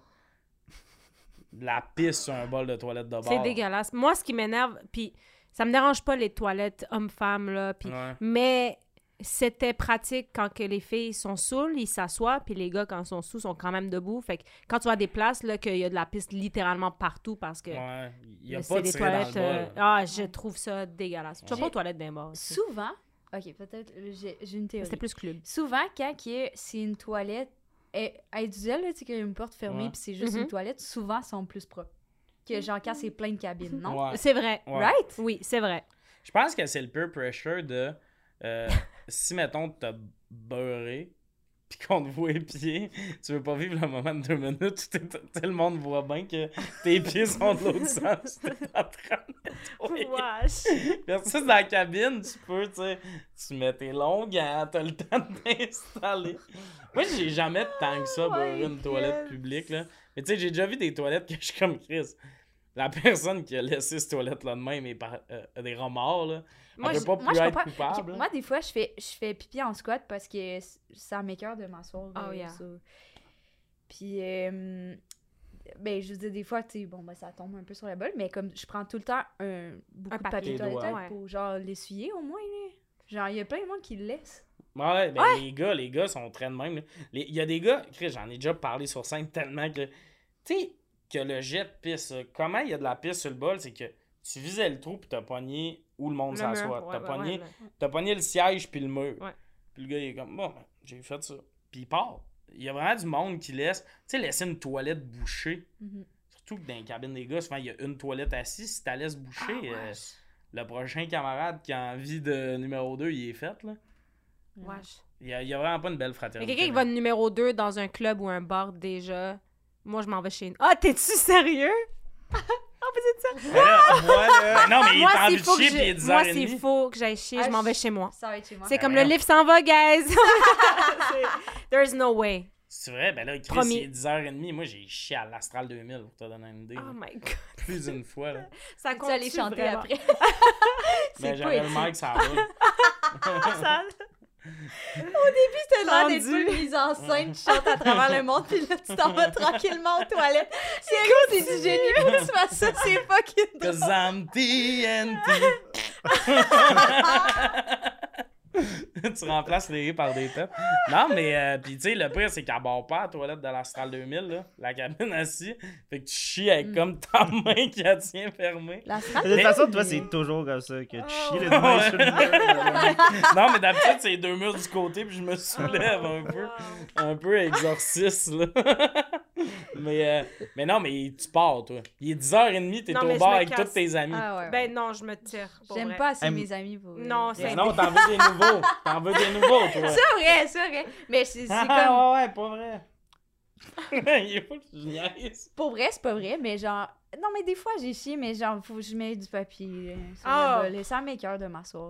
La pisse sur un bol de toilette de bar. C'est dégueulasse. Moi, ce qui m'énerve, puis ça me dérange pas les toilettes hommes-femmes, là, puis... Ouais. Mais c'était pratique quand que les filles sont saoules, ils s'assoient, puis les gars, quand ils sont sous, sont quand même debout. Fait que quand tu vas à des places, là, qu'il y a de la piste littéralement partout parce que... Ouais. Il y a c'est pas de des tirer dans le toilettes, bol. euh, Ah, je trouve ça dégueulasse. Tu vas J'ai- pas aux toilettes d'un bar. aussi. Souvent, Ok, peut-être, j'ai, j'ai une théorie. C'était plus club. Souvent, quand il y a- c'est une toilette eh, individuelle, là, tu sais, qu'il y a une porte fermée, Ouais. puis c'est juste Mhm. une toilette, souvent, sont plus propres. Que genre quand c'est plein de cabines, non? Ouais. C'est vrai. Ouais. Right? Oui, c'est vrai. Je pense que c'est le peer pressure de euh, si, mettons, t'as beurré puis qu'on te voit les pieds, tu veux pas vivre le moment de deux minutes où t'es- t'es- le monde voit bien que tes pieds sont de l'autre sens. T'es en train de nettoyer. Wesh. Versus dans la cabine, tu peux, tu sais, tu mets tes longs gants, t'as le temps de t'installer. Moi, j'ai jamais tant que ça beurré une toilette publique, là. Mais tu sais, j'ai déjà vu des toilettes que je suis comme Chris. La personne qui a laissé cette toilette-là de même est par, euh, a des remords, là. Moi, Elle je- peut pas Moi, plus je être comprends. coupable. Ok, moi, des fois, je fais, je fais pipi en squat parce que c- ça m'écoeure de m'asseoir. Oh, euh, yeah. sur- Puis, euh, ben, je veux dire, des fois, tu sais, bon, ben, ça tombe un peu sur la bolle, mais comme je prends tout le temps un, beaucoup Un de papier. papier Tes toilette doigts. Ouais. pour, genre, l'essuyer au moins, là. Genre, il y a plein de monde qui le laisse. Ouais, ben les gars, les gars sont très de même. là. Les- Il y a des gars, Chris, j'en ai déjà parlé sur scène tellement que. Tu sais, que le jet de pisse, là, comment il y a de la pisse sur le bol, c'est que tu visais le trou pis t'as pogné où le monde Le mur, s'assoit. ouais, T'as ouais, pogné, ouais, t'as pogné le siège puis le mur. Ouais. Puis le gars, il est comme, bon, ben, j'ai fait ça. Puis il part. Il y a vraiment du monde qui laisse. Tu sais, laisser une toilette bouchée. Mhm. Surtout que dans les cabines des gars, souvent, il y a une toilette assise. Si tu la laisses boucher, Ah, euh, wesh. le prochain camarade qui a envie de numéro deux, il est fait, là. Wesh. Il y a, il y a vraiment pas une belle Mais fraternité. quelqu'un qui là. va numéro deux dans un club ou un bar déjà, moi je m'en vais chez nous. Ah, t'es-tu sérieux? Ah, vous êtes sérieux? Mais là, moi, là- non, mais il Moi, est en s'il vue faut de que chier, puis il est j'ai- dix moi, heures trente. s'il faut que j'aille chier, Ah, je m'en vais je- chez moi. Ça va être chez moi. C'est Ben comme voyons. le livre s'en va, guys! C'est- There's no way. C'est vrai, ben là, Chris, Promis. il est dix heures trente. Moi, j'ai chié à l'Astral deux mille, pour te donner une idée. Oh là. my god. Plus d'une fois, là. Ça Tu vas aller continue chanter vraiment. après. Ben, C'est j'avais le poétique. mic, ça va. Ça- T'as l'air d'être Tendu. full mise en scène, tu chantes à travers le monde, puis là, tu t'en vas tranquillement aux toilettes. C'est cool, c'est du génie. Faut que tu fasses ça, c'est fucking drôle. Cause I'm T N T. Tu remplaces les rires par des pets. Non, mais, euh, pis tu sais, le pire, c'est qu'elle barre pas à la toilette de l'Astral deux mille, là. La cabine assise. Fait que tu chies avec Mm. comme ta main qui la tient fermée. La De strate, toute façon, toi, c'est toujours comme ça, que tu chies les Ouais. mains sur le mur. Non, mais d'habitude, c'est les deux murs du côté, puis je me soulève un peu. Un peu exorciste, là. mais, euh, mais non, mais tu pars, toi. Il est dix heures trente, t'es Non, mais au je bar me avec casse. tous tes amis. Ah ouais. Ben non, je me tire. pour J'aime vrai. pas assez Aime- mes amis pour. Non, c'est c'est- Mais non, t'en veux des nouveaux. T'en veux des nouveaux, toi. C'est vrai, c'est vrai. Mais c'est c'est Ah, comme. ouais, ouais, pas vrai. Il est pas que je niaise. Pour vrai, c'est pas vrai, mais genre. Non, mais des fois, j'ai chié, mais genre, faut que je mette du papier là, sur Ah. le bol. Ça m'écoeure de m'asseoir.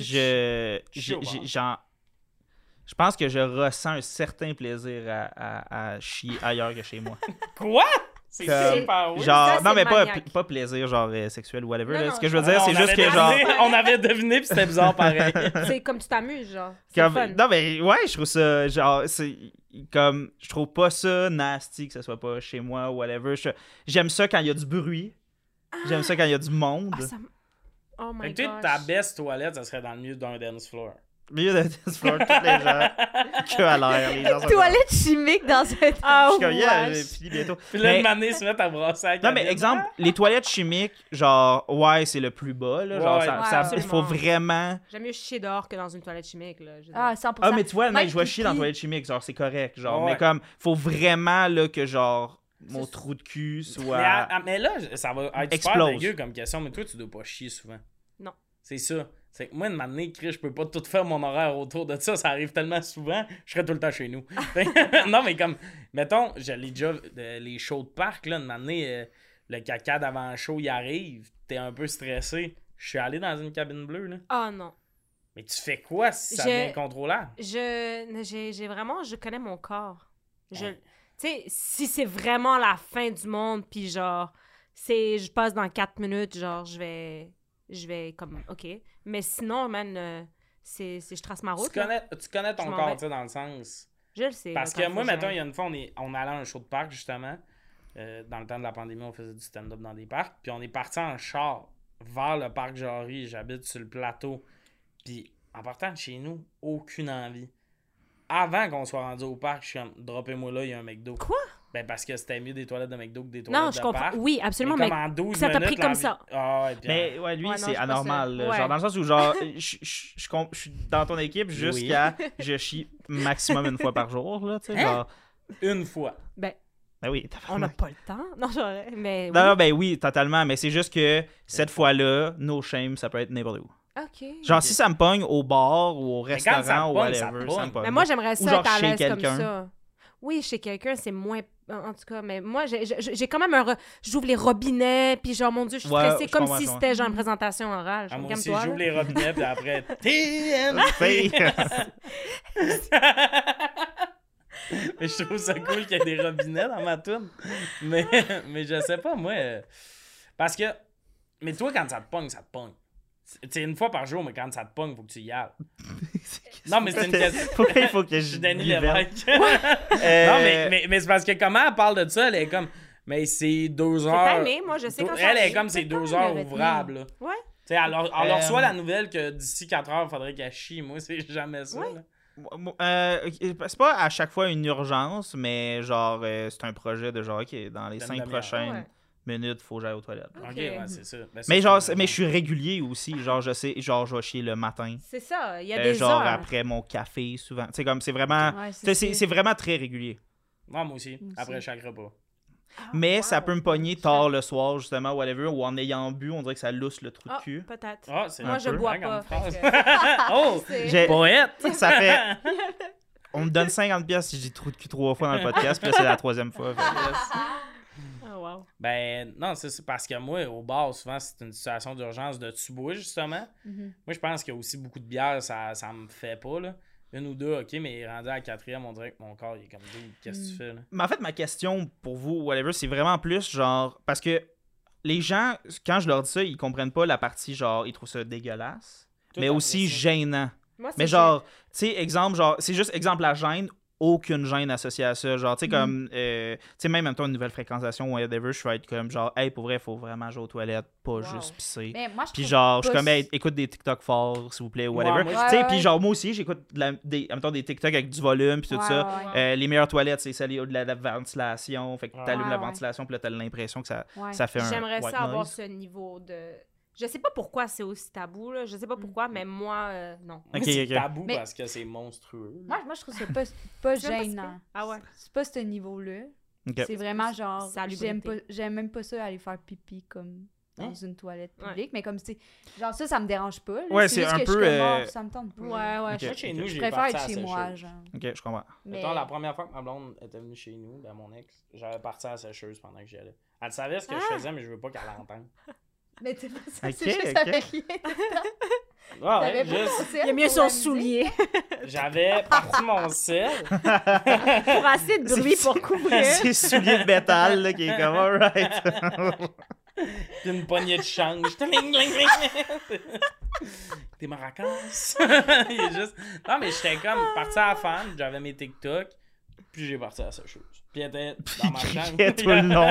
Je. Chier j'ai- au bar. j'ai- genre, Je pense que je ressens un certain plaisir à, à, à chier ailleurs que chez moi. Quoi? C'est Comme- super weird. Genre, ça, non, c'est mais pas, maniaque. pas plaisir, genre euh, sexuel ou whatever. Non, là. non, Ce que je veux je- dire, On c'est juste avait que genre. deviné- On avait deviné, puis c'était bizarre pareil. C'est comme tu t'amuses, genre. C'est Comme- fun. non, mais ouais, je trouve ça. Genre, c'est. Comme. Je trouve pas ça nasty que ce soit pas chez moi ou whatever. Je- J'aime ça quand il y a du bruit. J'aime ça quand il y a du monde. Ah, ça m- Oh my Fait que toi, gosh. ta best toilette, ça serait dans le milieu d'un dance floor. Milieu de dance floor, tous les gens. Que à l'air. Les gens sont comme- Toilette chimique dans un. Ah, Je suis comme, yeah, wesh. j'ai fini bientôt. Puis là, Mais- une année, se mettre à brasser à la Non, mais cabine. exemple, les toilettes chimiques, genre, ouais, c'est le plus bas, là. Genre, Ouais, ça, ouais, ça- absolument. faut vraiment. J'aime mieux chier dehors que dans une toilette chimique, là. je veux Ah, dire. cent pour cent. Ah, mais tu vois, Même mec, je vais chier dans la pipi. toilette chimique, genre, c'est correct. Genre, Ouais. mais comme, faut vraiment, là, que, genre, mon C'est- trou de cul Mais, soit. ah, mais là, ça va être super Explose. dégueu comme question, mais toi, tu dois pas chier souvent. Non. C'est ça. C'est que moi, de m'amener, Chris, je peux pas tout faire mon horaire autour de ça. Ça arrive tellement souvent, je serais tout le temps chez nous. Fait que- non, mais comme, mettons, j'allais déjà, euh, les shows de parc, là, de m'amener, euh, le caca d'avant show, il arrive, t'es un peu stressé. Je suis allé dans une cabine bleue, là. Ah non. Mais tu fais quoi si ça Je- devient incontrôlable? Je j'ai j'ai vraiment je connais mon corps. Je Hein. tu sais si c'est vraiment la fin du monde puis genre c'est je passe dans quatre minutes genre je vais je vais comme OK, mais sinon man euh, c'est c'est je trace ma route. Tu là. connais, tu connais Je ton m'en corps, vais. tu sais, dans le sens. Je le sais. Parce là, que quand moi, faut que mettons, il y j'aille. a une fois, on, est, on allait à un show de parc, justement. Euh, dans le temps de la pandémie, on faisait du stand-up dans des parcs. Puis on est parti en char vers le parc Jarry. J'habite sur le plateau. Puis en partant de chez nous, aucune envie. Avant qu'on soit rendu au parc, je suis comme, droppez-moi là, il y a un McDo. Quoi? Ben, parce que c'était mieux des toilettes de McDo que des toilettes Non, de je comprends. parc. Oui, absolument, mais mais, comme en douze ça t'a minutes, pris comme l'envie- ça. Ah, ouais, puis, Mais ouais, lui, Ouais, non, c'est je suis pas anormal. sûre. là. Ouais. Genre, dans le sens où, genre, je, je, je, comp- je suis dans ton équipe jusqu'à je chie maximum une fois par jour, là, tu sais. Hein? Genre, une fois. Ben, ben oui, on n'a pas le temps. Non, genre, mais Non, oui. non, ben oui, totalement, mais c'est juste que cette fois-là, no shame, ça peut être n'importe où. OK. Genre, si ça me pogne au bar ou au Mais quand ça restaurant te ou pogne, ça te whatever, pogne. ça me pogne. Mais moi, j'aimerais Ou ça genre être à chez l'aise comme quelqu'un. ça. Oui, chez quelqu'un, c'est moins... En tout cas, mais moi, j'ai j'ai- j'ai quand même un... re- J'ouvre les robinets, puis genre, mon Dieu, je suis Ouais, stressée je comme comprends, si je c'était genre une présentation orale. Ah, Je moi comme aussi, toi, j'ouvre là. les robinets, puis après, T N Fille. Mais je trouve ça cool qu'il y ait des robinets dans ma toune. Mais, mais je sais pas, moi. euh, Parce que. Mais toi, quand ça te pogne, ça te pogne. Tu sais, une fois par jour, mais quand ça te pogne, faut que tu y ailles. Non, mais c'est une question. Pourquoi il faut que Je je suis Danny libère? Lévesque. Euh, Non, mais, mais, mais c'est parce que comment elle parle de ça, elle est comme. Mais c'est deux C'est heures. timé, moi, je sais quand ça Elle est arrive. comme c'est deux Peut-être heures le rythme. ouvrables. là. Ouais. Tu sais, elle, leur- elle leur Euh, reçoit la nouvelle que d'ici quatre heures, il faudrait qu'elle chie. Moi, c'est jamais ça. Ouais. là. Euh, c'est pas à chaque fois une urgence, mais genre, euh, c'est un projet de genre, ok, dans les Donne cinq la merde. prochaines Ouais. minutes, faut que j'aille aux toilettes. Ok, Ok. ouais, c'est ça. Ben, ça, Mais c'est genre, une c'est- mais je raison. suis régulier aussi. Genre, je sais, genre, je vais chier le matin. C'est ça, il y a Euh, des genre, heures. après mon café, souvent. Tu sais, comme, c'est vraiment. Ouais, tu sais, C'est ça. c'est vraiment très régulier. Ouais, moi aussi, Moi aussi. après chaque repas. Ah, Mais wow. ça peut me pogner tard le soir, justement, whatever, ou en ayant bu, on dirait que ça lousse le trou de Ah, cul. peut-être. Ah, c'est Moi, un je peu, bois hein, pas. comme fait phrase. que- Oh! C'est- J'ai- Poète! Ça fait. On me donne cinquante pièces si je dis trou de cul trois fois dans le podcast, puis là, c'est la troisième fois. Fait que- Oh, wow. Ben, non, c'est c'est parce que moi, au bar, souvent, c'est une situation d'urgence de tu bois, justement. Mhm. Moi, je pense qu'il y a aussi beaucoup de bière, ça, ça me fait pas, là. Une ou deux, ok, mais rendu à la quatrième, on dirait que mon corps, il est comme deux. Qu'est-ce que tu fais, là? Mais en fait, ma question pour vous, whatever, c'est vraiment plus genre. Parce que les gens, quand je leur dis ça, ils comprennent pas la partie genre, ils trouvent ça dégueulasse, Tout mais après aussi ça. gênant. Moi, c'est Mais genre, tu sais, exemple, genre, c'est juste exemple la gêne, aucune gêne associée à ça. Genre, tu sais, comme, euh, tu sais, même en même temps, une nouvelle fréquentation ou whatever, je vais être comme, genre, hey, pour vrai, il faut vraiment aller aux toilettes, pas Wow. juste pisser. Mais moi, je Puis trouve genre, je suis pas comme, hey, écoute des TikTok forts, s'il vous plaît, ou whatever. Ouais, moi, tu je- sais, Ouais, puis ouais. genre, moi aussi, j'écoute de la- des, en même temps, des TikTok avec du volume, puis tout Ouais, ça. ouais, ouais. Euh, les meilleures toilettes, c'est celles où de la, la ventilation. Fait que Ouais. t'allumes Ouais, la ouais. ventilation, puis là, t'as l'impression que ça, Ouais. ça fait un J'aimerais white ça avoir noise. ce niveau de... Je sais pas pourquoi c'est aussi tabou, là. Je sais pas pourquoi, mais moi, euh, non. Ok, C'est ok. tabou Mais- parce que c'est monstrueux. là. Moi, moi, je trouve ça pas, pas J'aime pas gênant. ça. Ah ouais. C'est pas ce niveau-là. Ok. C'est vraiment genre, Salubrité. j'aime pas, j'aime même pas ça aller faire pipi comme dans Hein? une toilette Ouais. publique, mais comme c'est genre ça, ça me dérange pas. là. Ouais, c'est juste un que peu, je suis comme, euh, oh, ça me tente pas. Ouais, ouais. Ok. je- Moi, chez nous, Je j'ai préfère parti être à chez la moi, sécheuse. genre. Ok, je comprends. Mais... Mettons, la première fois que ma blonde était venue chez nous, ben mon ex, j'avais parti à la sécheuse pendant que j'y allais. Elle savait ce que je Ah! faisais, mais je veux pas qu'elle l'entende. Mais tu pas ça, Ok, c'est juste ok. avec rien. Ah T'avais ouais, pas juste, ton sel Il a mis pour son la musique? soulier j'avais parti mon sel. pour assez de bruit pour couvrir. C'est soulier de métal, là, qui est comme, alright. Puis une poignée de change. T'es maracas. Il est juste... Non, mais j'étais comme parti à la femme, j'avais mes TikTok, puis j'ai parti à la sécheuse. Puis elle était dans ma chambre. Criait tout le long.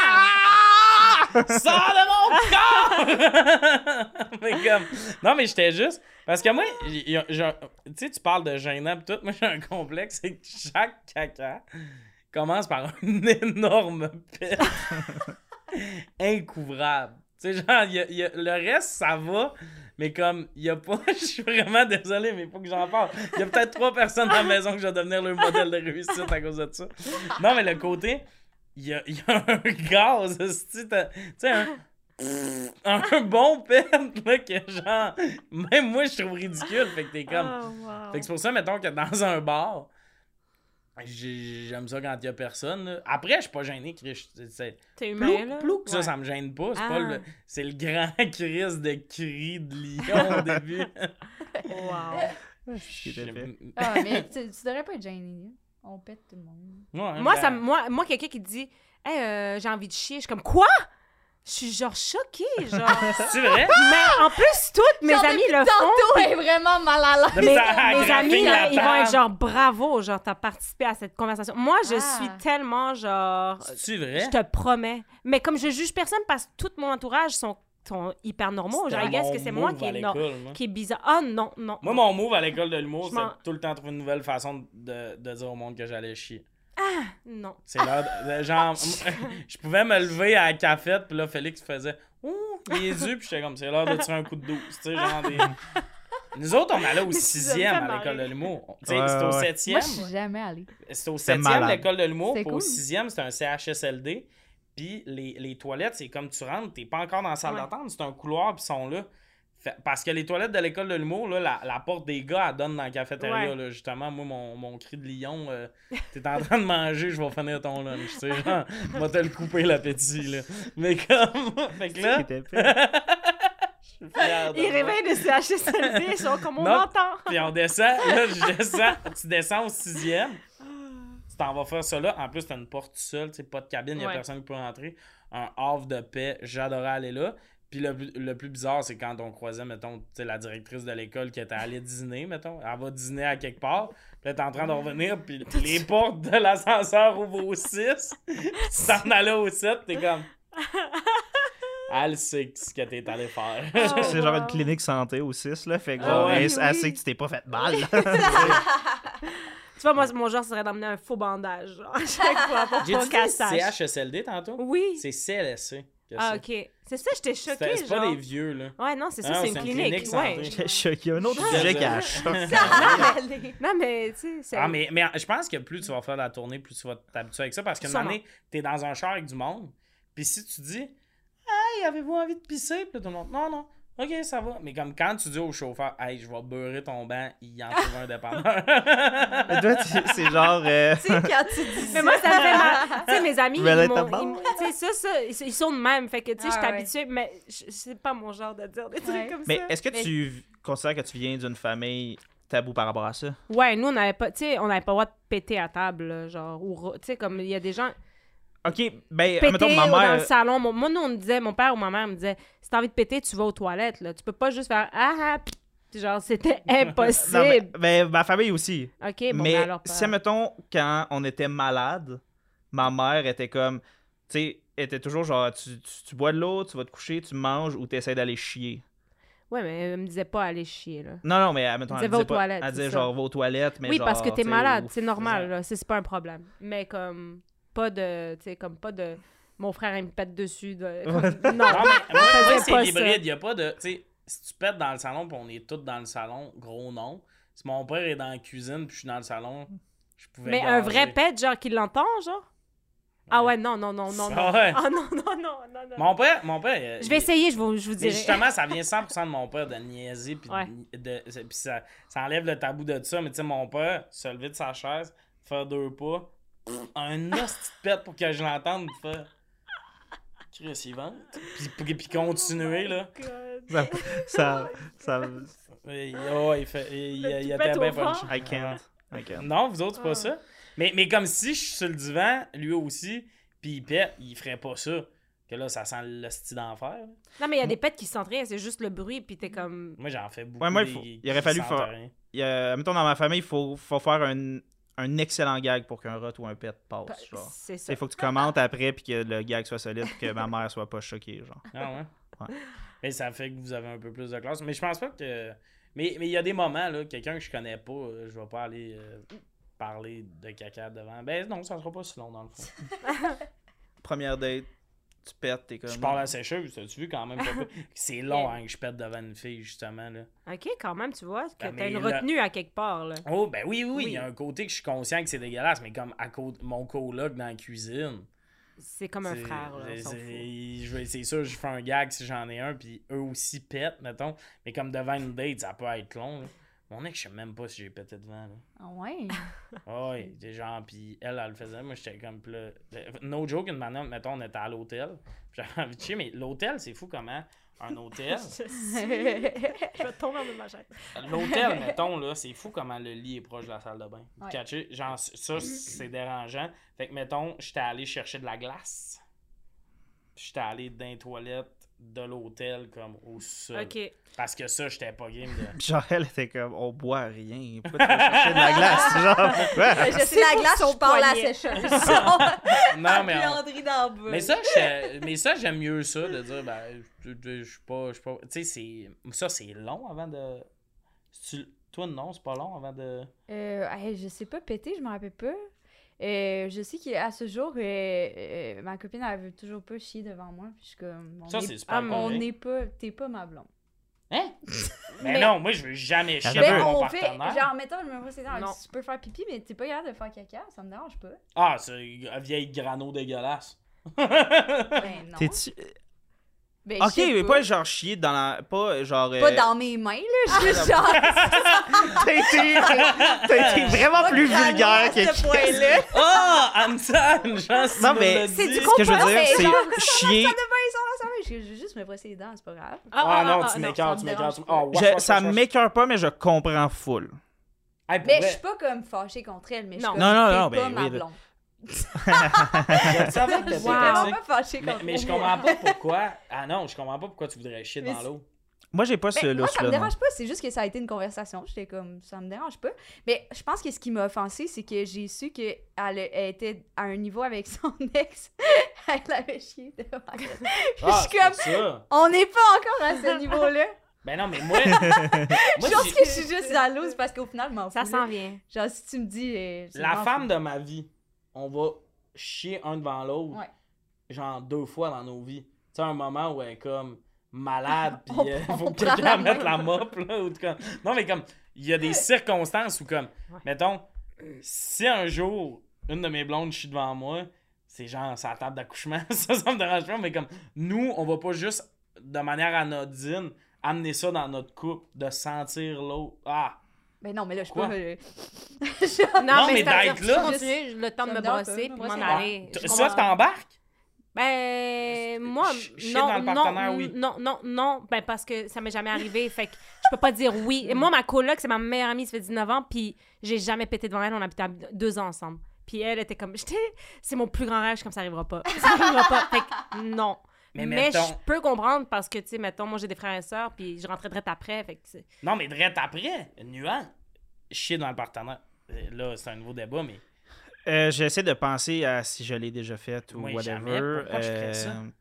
Sors de mon corps! Mais comme... Non, mais j'étais juste... Parce que moi, il y a- j'ai- tu sais, tu parles de gênant pis tout. Moi, j'ai un complexe, c'est que chaque caca commence par une énorme pète incouvrable. Tu sais, genre, il y a- il y a- le reste, ça va, mais comme, il y a pas... Je suis vraiment désolé, mais il faut que j'en parle. Il y a peut-être trois personnes dans la maison que je vais devenir leur modèle de réussite à cause de ça. Non, mais le côté... Il y a, il y a un gaz, tu sais, un, un bon pet, là, que genre, même moi, je trouve ridicule, fait que t'es comme... Oh, wow. Fait que c'est pour ça, mettons, que dans un bar, j'ai- j'aime ça quand il y a personne, là. Après, je suis pas gêné, Chris, c'est- c'est... T'es humain, Plou, là? plou, que ça, Ouais. ça me gêne pas, c'est Ah. pas le... C'est le grand cri de cri de lion au début. Wow. Ce qui était fait. Ah, mais tu, tu devrais pas être gêné. Là. On pète tout le monde. Ouais, Moi, ben, ça, me- moi, moi quelqu'un qui dit hey, euh, j'ai envie de chier, je suis comme quoi? Je suis genre choquée, genre. C'est vrai? Mais en plus, toutes mes Genre, amis depuis le tantôt, font. elle est vraiment mal à l'aise. De Mes, ça, mes graphique amis, la là, ils vont table. être genre bravo, genre t'as participé à cette conversation. Moi, je Ah. suis tellement genre. C'est vrai? Je te promets. Mais comme je juge personne parce que tout mon entourage sont, sont hyper normaux, genre, I guess mon que c'est moi move qui à est, nor- l'école, moi. qui est bizarre. Ah non, non. Moi, non. mon move à l'école de l'humour, Je c'était m'en- tout le temps trouver une nouvelle façon de, de dire au monde que j'allais chier. Non. C'est l'heure de, de- genre, je pouvais me lever à la cafette, puis là, Félix faisait « Ouh, les yeux », puis j'étais comme « C'est l'heure de tirer un coup de douze », tu sais, genre des... Nous autres, on allait au sixième à l'école de l'humour. Tu sais, Ouais, c'était au ouais. septième. Moi, je suis jamais allée. C'était au C'était septième, malade. l'école de l'humour. C'était Puis au cool. sixième, c'était un C H S L D. Puis les, les toilettes, c'est comme tu rentres, t'es pas encore dans la salle Ouais. d'attente, c'est un couloir, puis ils sont là. Fait- parce que les toilettes de l'école de l'humour, là, la, la porte des gars, elle donne dans la cafétéria. Ouais. Là, justement, moi, mon, mon cri de lion, euh, t'es en train de manger, je vais finir ton lunch. Tu sais, genre, va te le couper l'appétit. Là. Mais comme. Fait que là. C'était fait. Je suis fier de Ils moi. réveillent le C H S L D, ils sont comme on Non. entend. Puis on descend, là, je descends, tu descends au sixième, tu t'en vas faire ça là. En plus, t'as une porte seule, tu sais, pas de cabine, il y a Ouais. personne qui peut rentrer. Un havre de paix, j'adorais aller là. Puis le, le plus bizarre, c'est quand on croisait, mettons, tu sais, la directrice de l'école qui était allée dîner, mettons. Elle va dîner à quelque part, puis là, t'es en train de revenir, puis les portes de l'ascenseur ouvrent au six, puis tu t'en allais au sept, t'es comme... Elle sait ce que t'es allé faire. Oh, C'est genre wow. une clinique santé au six, là. Fait que Ah genre, ouais. elle, Oui, elle oui. sait que tu t'es pas fait mal. Tu vois, moi, mon genre serait d'emmener un faux bandage, genre, à chaque fois, pour J'ai pas dit qu'elle C sache. H S L D tantôt? Oui. C'est C L S C. que Ah, c'est. ok. C'est ça, j'étais C'est choquée, c'est pas genre. des vieux, là. Ouais, non, c'est ça, Ah non, c'est une c'est une clinique. clinique ouais. santé. J'étais choqué. Il y a un autre Je suis sujet qui a désolé. choqué. Non, mais, tu sais, c'est... Ah, mais, mais je pense que plus tu vas faire la tournée, plus tu vas t'habituer avec ça. Parce qu'une Sûrement. année, t'es dans un char avec du monde. Puis si tu dis, hey, avez-vous envie de pisser? Puis là, tout le monde, non, non. Ok, ça va. Mais comme quand tu dis au chauffeur, hey, je vais beurrer ton banc, il en trouve un dépanneur. Mais toi, tu- c'est genre. euh, Tu sais, quand tu dis Mais moi, ça me fait mal. Tu sais, mes amis, ils Relatable. m'ont... ils m'ont- Tu sais, ça, ça, ils ils sont de même. Fait que, tu sais, je suis Ah, ouais. habituée, mais je- c'est pas mon genre de dire des trucs Ouais. comme Mais ça. est-ce que Mais- tu considères que tu viens d'une famille tabou par rapport à ça? Ouais, nous, on n'avait pas... Tu sais, on n'avait pas le droit de péter à table, là, genre... Ou... Tu sais, comme, il y a des gens... Ok, ben, Péter mettons, ma ou dans le mère. salon. Mon- Moi, nous, on me disait... Mon père ou ma mère me disait, si t'as envie de péter, tu vas aux toilettes, là. Tu peux pas juste faire... Ah, ah, pis... Genre, c'était impossible. Non, mais, ben, ma famille aussi. OK, bon, mais ben alors... si, mettons, quand on était malade, ma mère était comme. Tu sais, était toujours genre, tu, tu, tu bois de l'eau, tu vas te coucher, tu manges ou tu essaies d'aller chier. Ouais, mais elle me disait pas aller chier, là. Non, non, mais mettons, Elle elle disait, va disait, aux pas, toilettes, elle c'est disait ça. genre, va aux toilettes, mais Oui, genre. parce que t'es tu sais, malade, ou- c'est normal, là. C'est c'est pas un problème. Mais comme, pas de, tu sais, comme pas de, mon frère, il me pète dessus. De, comme- non, Non, mais moi, faisait moi, c'est pas hybride. ça. Il y a pas de. Tu sais, si tu pètes dans le salon, puis on est tous dans le salon, gros non. Si mon père est dans la cuisine, puis je suis dans le salon, je pouvais. Mais un gager. vrai pète, genre, qui l'entend, genre? Ah ouais, non, non, non, non, non. Ah ouais. Ah non, non, non, non, non. Mon père, mon père. euh, Je vais il- essayer, je vous, je vous Mais dirai. justement, ça vient cent pour cent de mon père de niaiser, puis Ouais. de, de- c'est- puis ça, ça enlève le tabou de ça. Mais tu sais, mon père, se lever de sa chaise, faire deux pas, pff, un hostie de pète pour que je l'entende, puis faire. Chris, il vente. Puis, puis, puis continuer, là. Ça. ça, ça Il, oh, il fait. Il, il, Le il petit était pète bien au fond. punché. I can't. I can't. Non, vous autres, c'est Ah. pas ça. Mais, mais comme si je suis sur le divan, lui aussi, puis il pète, il ferait pas ça. Que là, ça sent le style d'enfer. là. Non, mais il y a des pètes qui sentent rien, c'est juste le bruit, puis t'es comme... Moi, j'en fais beaucoup. Ouais, moi, il des- faut- qui il aurait fallu sentent faire- rien. Il y a- mettons, dans ma famille, il faut, faut faire un, un excellent gag pour qu'un rot ou un pet passe. Genre. C'est ça. Il faut que tu commentes après puis que le gag soit solide pour que ma mère soit pas choquée. Genre. Ah ouais? Ouais. Mais ça fait que vous avez un peu plus de classe. Mais je pense pas que. Mais mais il y a des moments, là, quelqu'un que je connais pas, euh, je vais pas aller euh, parler de caca devant. Ben non, ça sera pas si long dans le fond. Première date, tu pètes, t'es comme. Je parle à la sécheuse, t'as-tu vu quand même? pas peu? C'est long Yeah. hein, que je pète devant une fille, justement. Là. OK, quand même, tu vois, que Ben, t'as mais une là- retenue à quelque part, là. Oh, ben oui, oui, oui, il Oui. y a un côté que je suis conscient que c'est dégueulasse, mais comme à côté mon coloc dans la cuisine. C'est comme un c'est- frère, là, on c'est- s'en fout. c'est- je vais- C'est sûr, je fais un gag si j'en ai un, puis eux aussi pètent, mettons. Mais comme devant une date, ça peut être long. Là. Mon ex, je sais même pas si j'ai pété devant. Là. Ah ouais. Ah ouais, des gens, puis elle, elle le faisait. Moi, j'étais comme, pis là, no joke, une manière, mettons, on était à l'hôtel. Puis j'avais envie de chier, mais l'hôtel, c'est fou comment un hôtel. Je je vais tomber en ma chaise. L'hôtel, mettons, là, c'est fou comment le lit est proche de la salle de bain. Vous Ouais. catchez? Genre, ça, c'est dérangeant. Fait que, mettons, j'étais allé chercher de la glace. Puis j'étais allé dans les toilettes de l'hôtel, comme au sol. OK. Parce que ça, j'étais pas game de. Genre, elle était comme, on boit rien. Pourquoi tu vas chercher de la glace? Genre, pourquoi? Je C'est sais la pour glace, son je parle à la poignet. sécheuse. Non, mais. on- Landry dans le bas. Mais ça, je- mais ça, j'aime mieux ça, de dire, ben, je je- je suis pas. je suis pas- Tu sais, c'est. Ça, c'est long avant de. Tu- Toi, non, c'est pas long avant de. Euh, hey, je sais pas, péter, je me rappelle pas. Euh, je sais qu'à ce jour, euh, euh, ma copine, elle veut toujours pas chier devant moi. Puis je suis comme. On Ça, est- c'est super Ah, mais On correct. n'est pas. T'es pas ma blonde. Hein? Mais, Mais- non, moi, je veux jamais chier Mais avec mon on fait. partenaire. Genre, mettons, je me brosse les dents. Non. Tu peux faire pipi, mais t'es pas capable de faire caca. Ça me dérange pas. Ah, c'est une vieille grano dégueulasse. Ben non. T'es-tu... Ben, je Ok, sais mais pas genre chier dans la... Pas genre... Pas euh, dans mes mains, là. Je suis genre. T'as été... T'as été vraiment plus vulgaire à que... ce point-là. Oh, Anne-San, genre, si Non, tu me mais l'as c'est dit. du Ce que je veux Non, dire, mais c'est genre, chier... Ça de bain, ça va, ça va. Je je veux juste me brosser les dents, c'est pas grave. Ah non, tu ça m'écœures, me tu m'écœures. dérange tu- pas. Oh, wash, Je- wash, ça wash, wash. m'écoeure pas, mais je comprends full. Hey, pour Mais vrai, je suis pas comme fâchée contre elle, mais je suis Non. comme. Non, non, t'es non, pas ben ma oui, blonde. je savais que Je t'étais suis Wow. vraiment toxique. pas fâchée Mais, contre mais je elle. comprends pas pourquoi. Ah non, je comprends pas pourquoi tu voudrais chier Mais dans c'est- l'eau. Moi, j'ai pas ce Ben, moi, ça me lousse-là, non. dérange pas, c'est juste que ça a été une conversation. J'étais comme, ça me dérange pas. Mais je pense que ce qui m'a offensée, c'est que j'ai su qu'elle elle était à un niveau avec son ex. Elle avait chié devant elle. Puis Ah, je suis comme, c'est ça. on n'est pas encore à ce niveau-là. Ben non, mais moi. Je moi pense j'ai- que je suis juste jalouse parce qu'au final, je m'en fous. Ça là. s'en vient. Genre, si tu me dis. euh, je La m'en femme fous. de ma vie, on va chier un devant l'autre, Ouais. genre deux fois dans nos vies. Tu sais, un moment où elle est comme malade, puis On- euh, on faut que prend quelqu'un la mette main. la mop, là, ou comme... Non, mais comme, il y a des circonstances où, comme, Ouais. mettons, si un jour, une de mes blondes chie devant moi, c'est genre, c'est la table d'accouchement, ça, ça me dérange pas, mais comme, nous, on va pas juste, de manière anodine, amener ça dans notre couple, de sentir l'autre. Ah! Ben non, mais là, je Quoi? peux. euh, Non, Non, mais c'est-à-dire, d'être je là- peux continuer le temps de Ça me me dérange brosser pas, puis me m'en brosser. aller. T- Je Ça, comprends. t'embarques? Ben, moi, Ch- chier non, dans le non, partenaire, oui. non, non, non, ben parce que ça m'est jamais arrivé, fait que je peux pas dire oui. Et moi, ma coloc, c'est ma meilleure amie, ça fait dix-neuf ans, puis j'ai jamais pété devant elle, on habitait à deux ans ensemble. Puis elle était comme, j'étais, c'est mon plus grand rêve, je suis comme ça arrivera pas. Ça arrivera pas, fait que non. Mais Mais, mettons- je peux comprendre parce que, tu sais, mettons, moi j'ai des frères et sœurs, puis je rentrais direct après, fait que c'est... Non, mais direct après, nuance, chier dans le partenaire. Euh, Là, c'est un nouveau débat, mais... Euh, J'essaie de penser à si je l'ai déjà fait ou Moi, whatever. jamais. Pourquoi je ferais ça? Euh,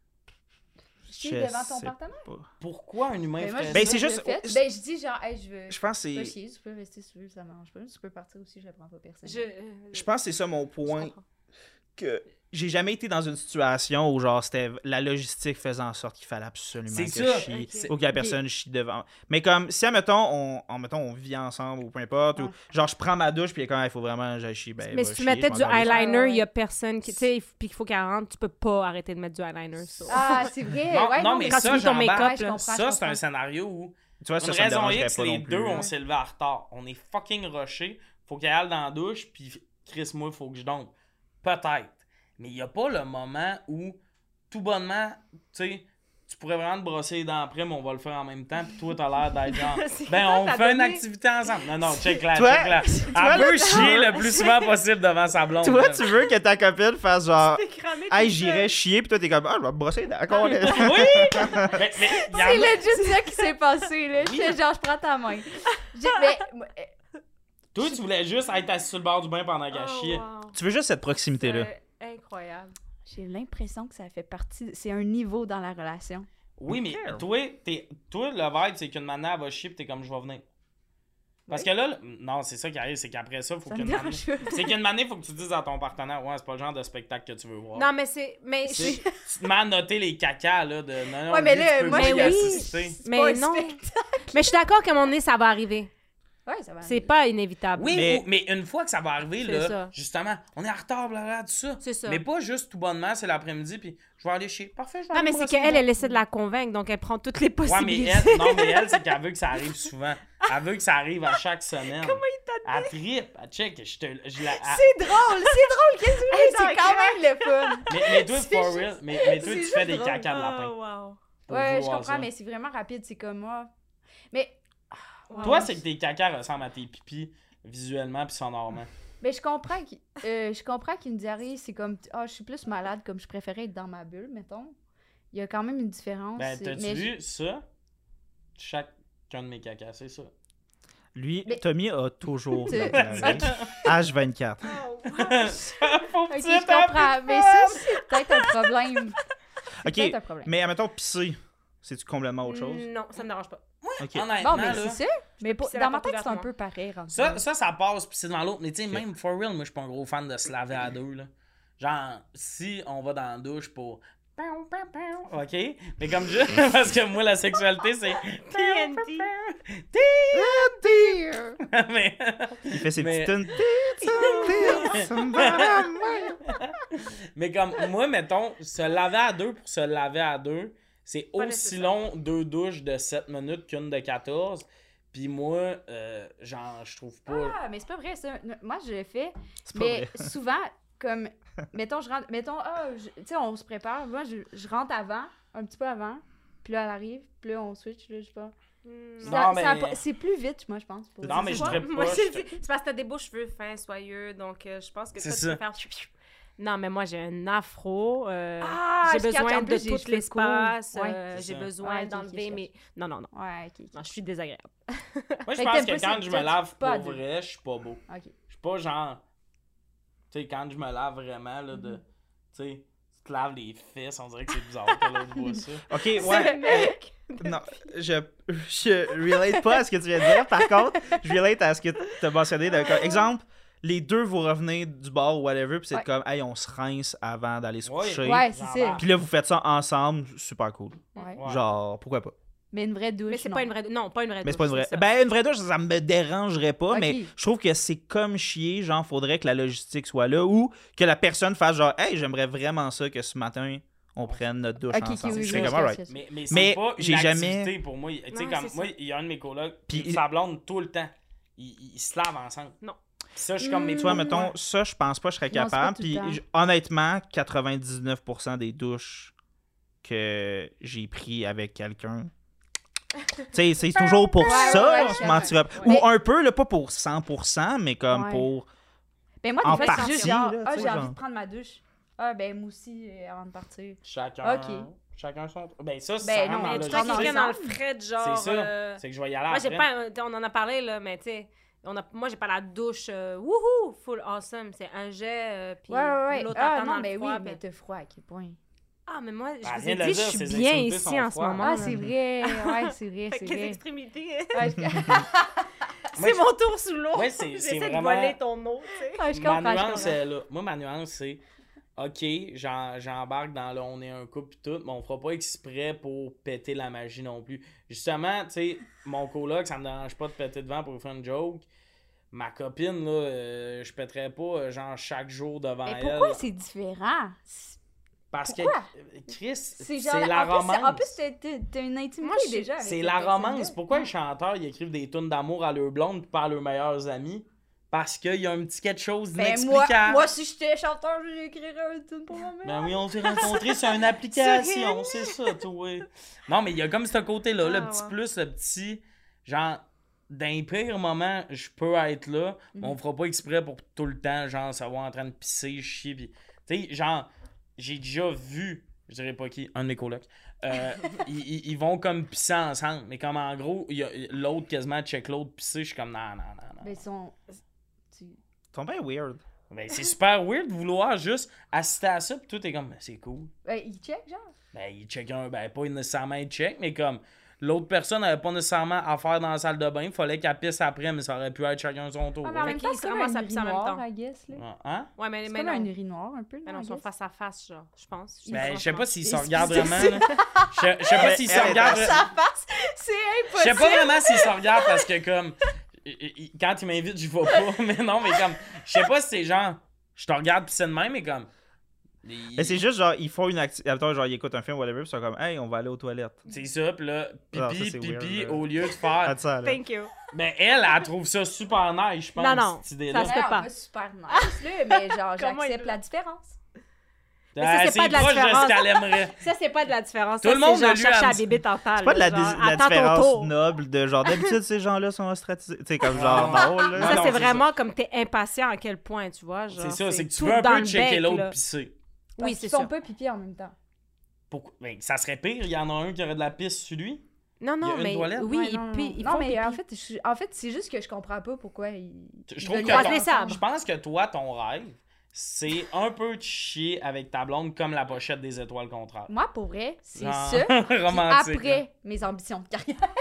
Chier je devant ton sais partenaire? pas. Pourquoi un humain Ben, moi, ferait je Ben, ça? c'est je juste- le fais. Ben, je dis genre, hey, je veux. Je pense que Tu peux c'est... chier, tu peux rester sur ça mange pas. Tu peux partir aussi, je le prends pas personne. Je, Je pense que c'est ça mon je point. comprends. Que j'ai jamais été dans une situation où genre c'était la logistique faisait en sorte qu'il fallait absolument C'est que ça. je chie Ok. ou que la personne chie devant. Mais comme si admettons on, en, mettons, on vit ensemble ou peu importe Ouais. ou genre je prends ma douche puis quand il faut vraiment que j'aille chier ben Mais va si tu chier, mettais je du m'en calisse. eyeliner, il Ouais, ouais. y a personne qui, tu sais, puis qu'il faut qu'elle rentre, tu peux pas arrêter de mettre du eyeliner. so. Ah, c'est vrai. Non, ouais, non, mais quand ça, tu mets ton j'embarque. make-up, Ouais, je là. comprends, Ça, je c'est un comprends. scénario où, Tu vois pour ça une ça me raison dérangerait X, pas les non plus. deux, là. on s'est levé en retard. On est fucking rushé. Faut qu'elle aille dans la douche, puis Chris, moi, faut que je dompe. Peut-être. Mais il n'y a pas le moment où, tout bonnement, tu sais, tu pourrais vraiment te brosser les dents après, mais on va le faire en même temps, puis toi, t'as l'air d'être genre, C'est ben, quoi on t'as fait une donné? activité ensemble. Non, non, check là, Toi- check là. toi, Elle veut chier le plus souvent possible devant sa blonde. Toi là. tu veux que ta copine fasse genre T'es cramé hey tout j'irais chier puis toi t'es comme ah je vais me brosser d'accord. Oui! mais, mais, il y en C'est a- legit ça qui s'est passé, là. Oui. J'étais genre, je prends ta main. J'ai- Mais, moi, euh, Toi, tu voulais juste être assis sur le bord du bain pendant qu'elle Oh, chiait. wow. Tu veux juste cette proximité là. C'est incroyable. j'ai l'impression que ça fait partie. C'est un niveau dans la relation. Oui, mais Okay. toi, t'es, toi, le vibe, c'est qu'une manière elle va chier pis t'es comme je vais venir. Parce que là, le- non, c'est ça qui arrive, c'est qu'après ça, faut Ça me qu'une manée... dérange pas. C'est qu'une manée, faut que tu dises à ton partenaire, ouais, c'est pas le genre de spectacle que tu veux voir. Non, mais c'est. Mais Tu je- sais, tu te mets à noter les cacas, là, de non, non, Ouais, mais lui, là, tu peux moi, pas je- y oui. assister. C'est Mais pas un non. spectacle. Mais je suis d'accord qu'à un moment donné, ça va arriver. Ouais, ça va. C'est pas inévitable. Oui, Mais- ou- mais une fois que ça va arriver, C'est là, ça. justement, on est en retard, blablabla, tout ça. C'est ça. Mais pas juste tout bonnement, c'est l'après-midi, puis je vais aller chier. Parfait, je vais Non, aller mais me c'est brosser les qu'elle, dents. elle essaie de la convaincre, donc elle prend toutes les Ouais, mais possibilités. elle, non, mais elle, c'est qu'elle veut que ça arrive souvent. Elle veut que ça arrive à chaque semaine. Comment il t'a dit? Elle trippe, elle check, je te... Je la, elle- C'est drôle, c'est drôle, qu'est-ce que tu veux? C'est quand même le fun. Mais, mais toi, C'est for juste- real, mais, mais toi, c'est tu fais juste des drôle. cacas de lapin. Oh, wow. pour Ouais, je vouloir comprends, ça. mais c'est vraiment rapide, c'est comme moi. Mais, Wow. Toi, c'est que tes cacas ressemblent à tes pipis visuellement puis sonorement. mais je comprends qu'il euh, je comprends qu'une diarrhée, c'est comme, ah, je suis plus malade, comme je préférais être dans ma bulle, mettons. Il y a quand même une différence. Ben, t'as-tu mais vu ça? Chacun de mes cacas, c'est ça. Lui Mais- Tommy a toujours Tu- la diarrhée. H vingt-quatre. Oh, wow. Faut Ok, que tu je t'en comprends. Mais ça, c'est peut-être un problème. C'est Ok peut-être un problème. mais admettons pisser c'est-tu complètement autre chose? Non, ça me dérange pas. Moi, Ok. Honnêtement, Bon, mais là, c'est ça. Mais pour- c'est dans la ma tête, c'est un porte peu pareil. rendu ça, là. ça, ça passe puis c'est devant l'autre. Mais tu sais, Ok. même for real, moi, je suis pas un gros fan de se laver à deux, là. Genre, si on va dans la douche pour... OK? Mais comme je... Parce que moi, la sexualité, c'est... T N T. mais... Il fait ses Mais- petites tunes. mais comme, moi, mettons, se laver à deux pour se laver à deux, c'est Pas aussi nécessaire. long deux douches de sept minutes qu'une de quatorze. Puis moi, euh, genre, je trouve pas... Ah, mais c'est pas vrai, ça. Moi, je le fais. C'est pas Mais vrai. souvent, comme, mettons, je rentre, mettons, ah, je- tu sais, on se prépare. Moi, je, je rentre avant, un petit peu avant. Puis là, elle arrive. Puis là, on switch, là, je sais pas. Hmm. Non, Ça- mais- ça a pas- c'est plus vite, moi, je pense. pour- Non, mais C'est je quoi? trippe Moi, pas, j'ai je dit- c'est parce que t'as des beaux cheveux fins, soyeux, donc euh, je pense que C'est toi, tu ça. peux faire... Non, mais moi, j'ai un afro. euh, Ah, j'ai je capte, besoin en de plus, j'ai tout les cheveux l'espace. courts. Ouais. euh, C'est j'ai ça. besoin Ouais, ok, ok, d'enlever je mes... Non, non, non. Ouais, ok. ok. Non, je suis désagréable. Moi, je Fait que pense t'aimes que pas quand ça- je me toi, lave pas pour de- vrai, je suis pas beau. Ok. Je suis pas genre... Tu sais, quand je me lave vraiment, là, de... Tu sais, tu te laves les fesses, on dirait que c'est bizarre que l'autre voit ça. Ok, C'est ouais. le mec. Non, je, je relate pas à ce que tu viens de dire. Par contre, je relate à ce que tu as mentionné. De, comme, exemple, les deux vous revenez du bar ou whatever, puis c'est Ouais. comme, hey, on se rince avant d'aller se Ouais. coucher. Ouais, c'est J'en ça. parle. Puis là, vous faites ça ensemble, super cool. Ouais. Ouais. Genre, pourquoi pas? Mais une vraie douche. Mais c'est non. pas une vraie... Non, pas une vraie Mais c'est pas une vraie. douche, ça. Ben, une vraie douche, ça me dérangerait pas, Ok. mais je trouve que c'est comme chier. Genre, faudrait que la logistique soit là ou que la personne fasse genre, hey, j'aimerais vraiment ça que ce matin, on prenne notre douche Ok, ok, ensemble. oui, Je oui, fais je comme, alright. cache ça. Mais, mais c'est Mais pas j'ai une jamais- activité pour moi. Tu sais, Non, comme c'est moi, ça. il y a un de mes colocs, Puis- puis sa blonde, tout le temps, ils, ils se lavent ensemble. Non. Ça, je suis comme... mais Tu vois, pourquoi? mettons, ça, je pense pas que je serais Non, c'est pas capable. tout le Puis, temps. j- honnêtement, quatre-vingt-dix-neuf pour cent des douches que j'ai pris avec quelqu'un, tu sais, c'est toujours pour Ouais, ça, ouais, on ouais, se ouais. mentira pas. Ouais. Ou un peu, là, pas pour cent pour cent, mais comme Ouais. pour... Ben moi, En des fois, c'est partie, juste genre, là, ah, tu sais, j'ai envie genre. de prendre ma douche. Ah, ben moi aussi, euh, avant de partir. Chacun... Ok. Chacun son... Ben ça, c'est Ben ça non, rentre Mais dans tu la vois dans logistique. quelqu'un dans le ensemble. frais de genre... C'est ça. euh, C'est que je vais y aller Moi, j'ai après. pas... un- On en a parlé, là, mais tu sais... On a... Moi, j'ai pas la douche euh, wouhou, full awesome. C'est un jet, euh, puis Ouais, ouais, ouais. l'autre Ah, attend dans non, le mais froid, oui, puis- mais t'as froid à quel point? Ah, mais moi, je Ben, vous viens ai de le dit, je dire, suis ses bien extrémités ici sont en ce froides. moment. Ah, là. c'est vrai. Ouais, c'est vrai, Fait c'est que les vrai. extrémités... Ouais, je C'est mon tour sous l'eau. Ouais, c'est- c'est J'essaie vraiment- de voler ton eau, tu sais. Ouais, je Ma comprends, je nuance, comprends. est là. Moi, ma nuance, c'est... OK, j'en- j'embarque dans le on est un couple et tout, mais on fera pas exprès pour péter la magie non plus. Justement, tu sais, mon coloc, ça me dérange pas de péter devant pour faire une joke. Ma copine, là, euh, je pèterais pas, euh, genre, chaque jour devant Mais elle. pourquoi c'est différent? Parce pourquoi? que, euh, Chris, c'est genre la en plus, romance. En plus, t'as- t'as t'as une intimité Moi, je- déjà avec C'est cette la personne-là. romance. Pourquoi les chanteurs ils écrivent des tunes d'amour à leur blonde puis pas à leurs meilleurs amis? Parce qu'il y a un petit quelque chose Ben, moi, d'inexplicable. moi, si j'étais chanteur, j'écrirais un tune pour ma mère. Ben oui, on s'est rencontrés sur une application, c'est ça, toi. Non, mais il y a comme ce côté-là, le Ah, petit ouais. plus, le petit, genre, d'un pire moment, je peux être là, mais on fera pas exprès pour tout le temps, genre, savoir en train de pisser, chier, pis... Tu sais, genre, j'ai déjà vu, je dirais pas qui, un de mes colocs, euh, ils, ils- ils vont comme pisser ensemble, mais comme en gros, il y a- l'autre quasiment check l'autre pisser, je suis comme, non, non, non, non. Ben, ils sont... tu- Ils sont bien weird. Ben, c'est super weird de vouloir juste assister à ça, pis tout est comme, ben, c'est cool. Ben, ils check, genre. Ben, il check un, ben, pas nécessairement il check, mais comme l'autre personne n'avait pas nécessairement à faire dans la salle de bain, il fallait qu'elle pisse après, mais ça aurait pu être chacun son tour. Ah, mais en Ouais. même Fait temps, qu'ils c'est se comme ramassent un à pisser en même urinoir, temps. I guess, là. Hein? Ouais, mais, C'est mais comme non. un urinoir, un peu, Mais là, non, I ils sont guess. face à face, genre, je pense. Ben, je sais pas s'ils se Ils- regardent c'est vraiment. là. Je je sais pas s'ils se Elle- elle- regardent. Ça passe, c'est Je sais impossible. pas vraiment s'ils se regardent parce que, comme, i- i- quand ils m'invitent, je vais pas. Mais non, mais comme, je sais pas si c'est genre, je te regarde pis c'est de même, mais comme. ils- Mais c'est juste genre, ils font une activité. Genre, ils écoutent un film, whatever, puis ils sont comme, hey, on va aller aux toilettes. C'est ça, pis là, Ah, ça, pipi, c'est pipi, weird, là. au lieu de faire. Faites ça, là. Thank you. Ben, elle, elle trouve ça super nice, je pense, Non, non, cette idée-là. ça se fait pas. Pas super nice, là, mais genre, Comment j'accepte il- la différence. Mais ça, Ah, c'est pas de la proche de ce différence. qu'elle aimerait. Ça, c'est pas de la différence. Tout Ça, le monde c'est genre a lu chercher un à petit- bébé tantale. C'est pas de la, genre, dés- la attends ton différence tour. noble de genre, d'habitude, ces gens-là sont ostratisés. Tu sais, comme genre, Ah. non, là. Non, Ça, non, c'est c'est vraiment comme t'es impatient à quel point, tu vois. genre, C'est ça, c'est que tu tout veux un dans peu le checker bec, l'autre là. pisser. Oui, Parce c'est qu'ils font ça. pas pipi en même temps. Pourquoi? Ben, ça serait pire, il y en a un qui aurait de la pisse sur lui. Non, Il y a non, une mais toilette? oui, Ouais, ils non, pi- ils non, font mais pipi. en fait, je, en fait, c'est juste que je comprends pas pourquoi ils. Je ils trouve veulent que le faire ton- les ensemble. Je pense que toi, ton rêve, c'est un peu de chier avec ta blonde comme la pochette des étoiles contraires. Moi, pour vrai, c'est Genre, ça. Puis romantique. hein. après mes ambitions de carrière.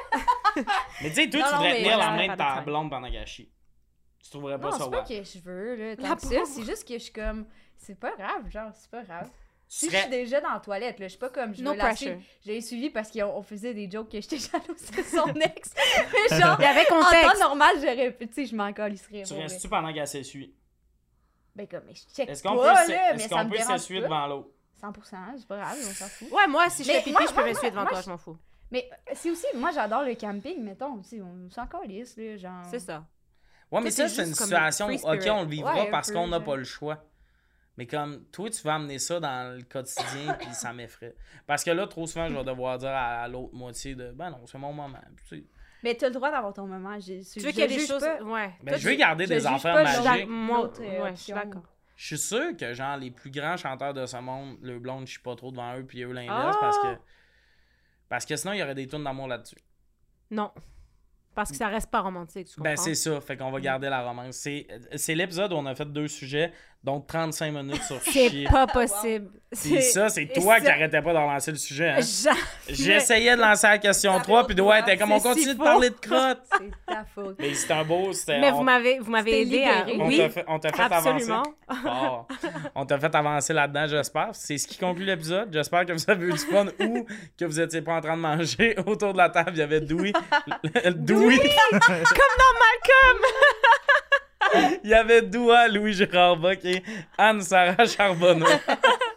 Mais tu sais, toi, Non, tu non, voudrais mais tenir la voilà, main pas de de ta travail. blonde pendant qu'elle chie. Tu trouverais pas Non, ça c'est pas ouais. que je veux, là, tant La que ça. pauvre. C'est juste que je suis comme... C'est pas grave, genre, c'est pas grave. Tu Si je serais- suis déjà dans la toilette, là, je suis pas comme... Je No vais lasser. pressure. Je l'ai suivi parce qu'on on faisait des jokes que j'étais jalouse de son ex. Mais genre, Il y avait en contexte. temps normal, j'aurais... Tu sais, je m'en calisserais. Tu pour vrai. restes-tu pendant qu'elle s'essuie? Ben comme, mais je check Est-ce pas, qu'on peut là, s'e- mais est-ce ça qu'on me peut dérange s'essuyer pas. devant l'autre? cent pour cent, c'est pas grave, on s'en fout. Ouais, moi, si je Mais fais pipi, moi- je peux moi- m'essuyer devant moi, toi, je- je m'en fous. Mais euh, c'est aussi, moi j'adore le camping, mettons, tu sais, on s'en calisse, là, genre... C'est ça. Ouais, mais Toi, ça, t'es c'est une juste comme situation où, free spirit. OK, on le vivra Ouais, un parce peu, qu'on n'a genre. pas le choix. Mais comme, toi, tu vas amener ça dans le quotidien, puis ça m'effraie. Parce que là, trop souvent, je vais devoir dire à, à l'autre moitié de, ben non, c'est mon moment. Puis, tu sais, Mais t'as le droit d'avoir ton moment. Je, Tu veux qu'il y ait des choses. Ouais. ben, Toi, je veux tu- garder je des juge affaires pas, je je suis magiques. d'ac- moi- L'autre, euh, Ouais, je suis option. d'accord. Je suis sûr que, genre, les plus grands chanteurs de ce monde, le blonde, je suis pas trop devant eux, puis eux l'inverse, Ah! parce que. Parce que sinon, il y aurait des tunes d'amour là-dessus. Non. Parce que ça reste pas romantique, tu comprends? Ben, c'est ça. Fait qu'on va garder la romance. C'est, c'est l'épisode où on a fait deux sujets, donc trente-cinq minutes sur C'est chier. pas possible. Puis ça, c'est toi et qui ça- arrêtais pas de relancer le sujet. Hein? Jamais. J'essayais de lancer la question Ça trois, va puis pas, ouais, t'es comme on c'est continue si de faux. parler de crotte. C'est ta faute. Mais c'était un beau. C'était, Mais on, vous m'avez, vous m'avez C'était aidé à. libéré. on Oui, t'a fait, on t'a fait absolument. avancer. Fort. On t'a fait avancer là-dedans, j'espère. C'est ce qui conclut l'épisode. J'espère que vous avez eu du fun ou que vous étiez pas en train de manger. Autour de la table, il y avait Dewey. Dewey. Comme dans Malcolm! Il y avait Doua, Louis Gérard Bock et Anne-Sarah Charbonneau.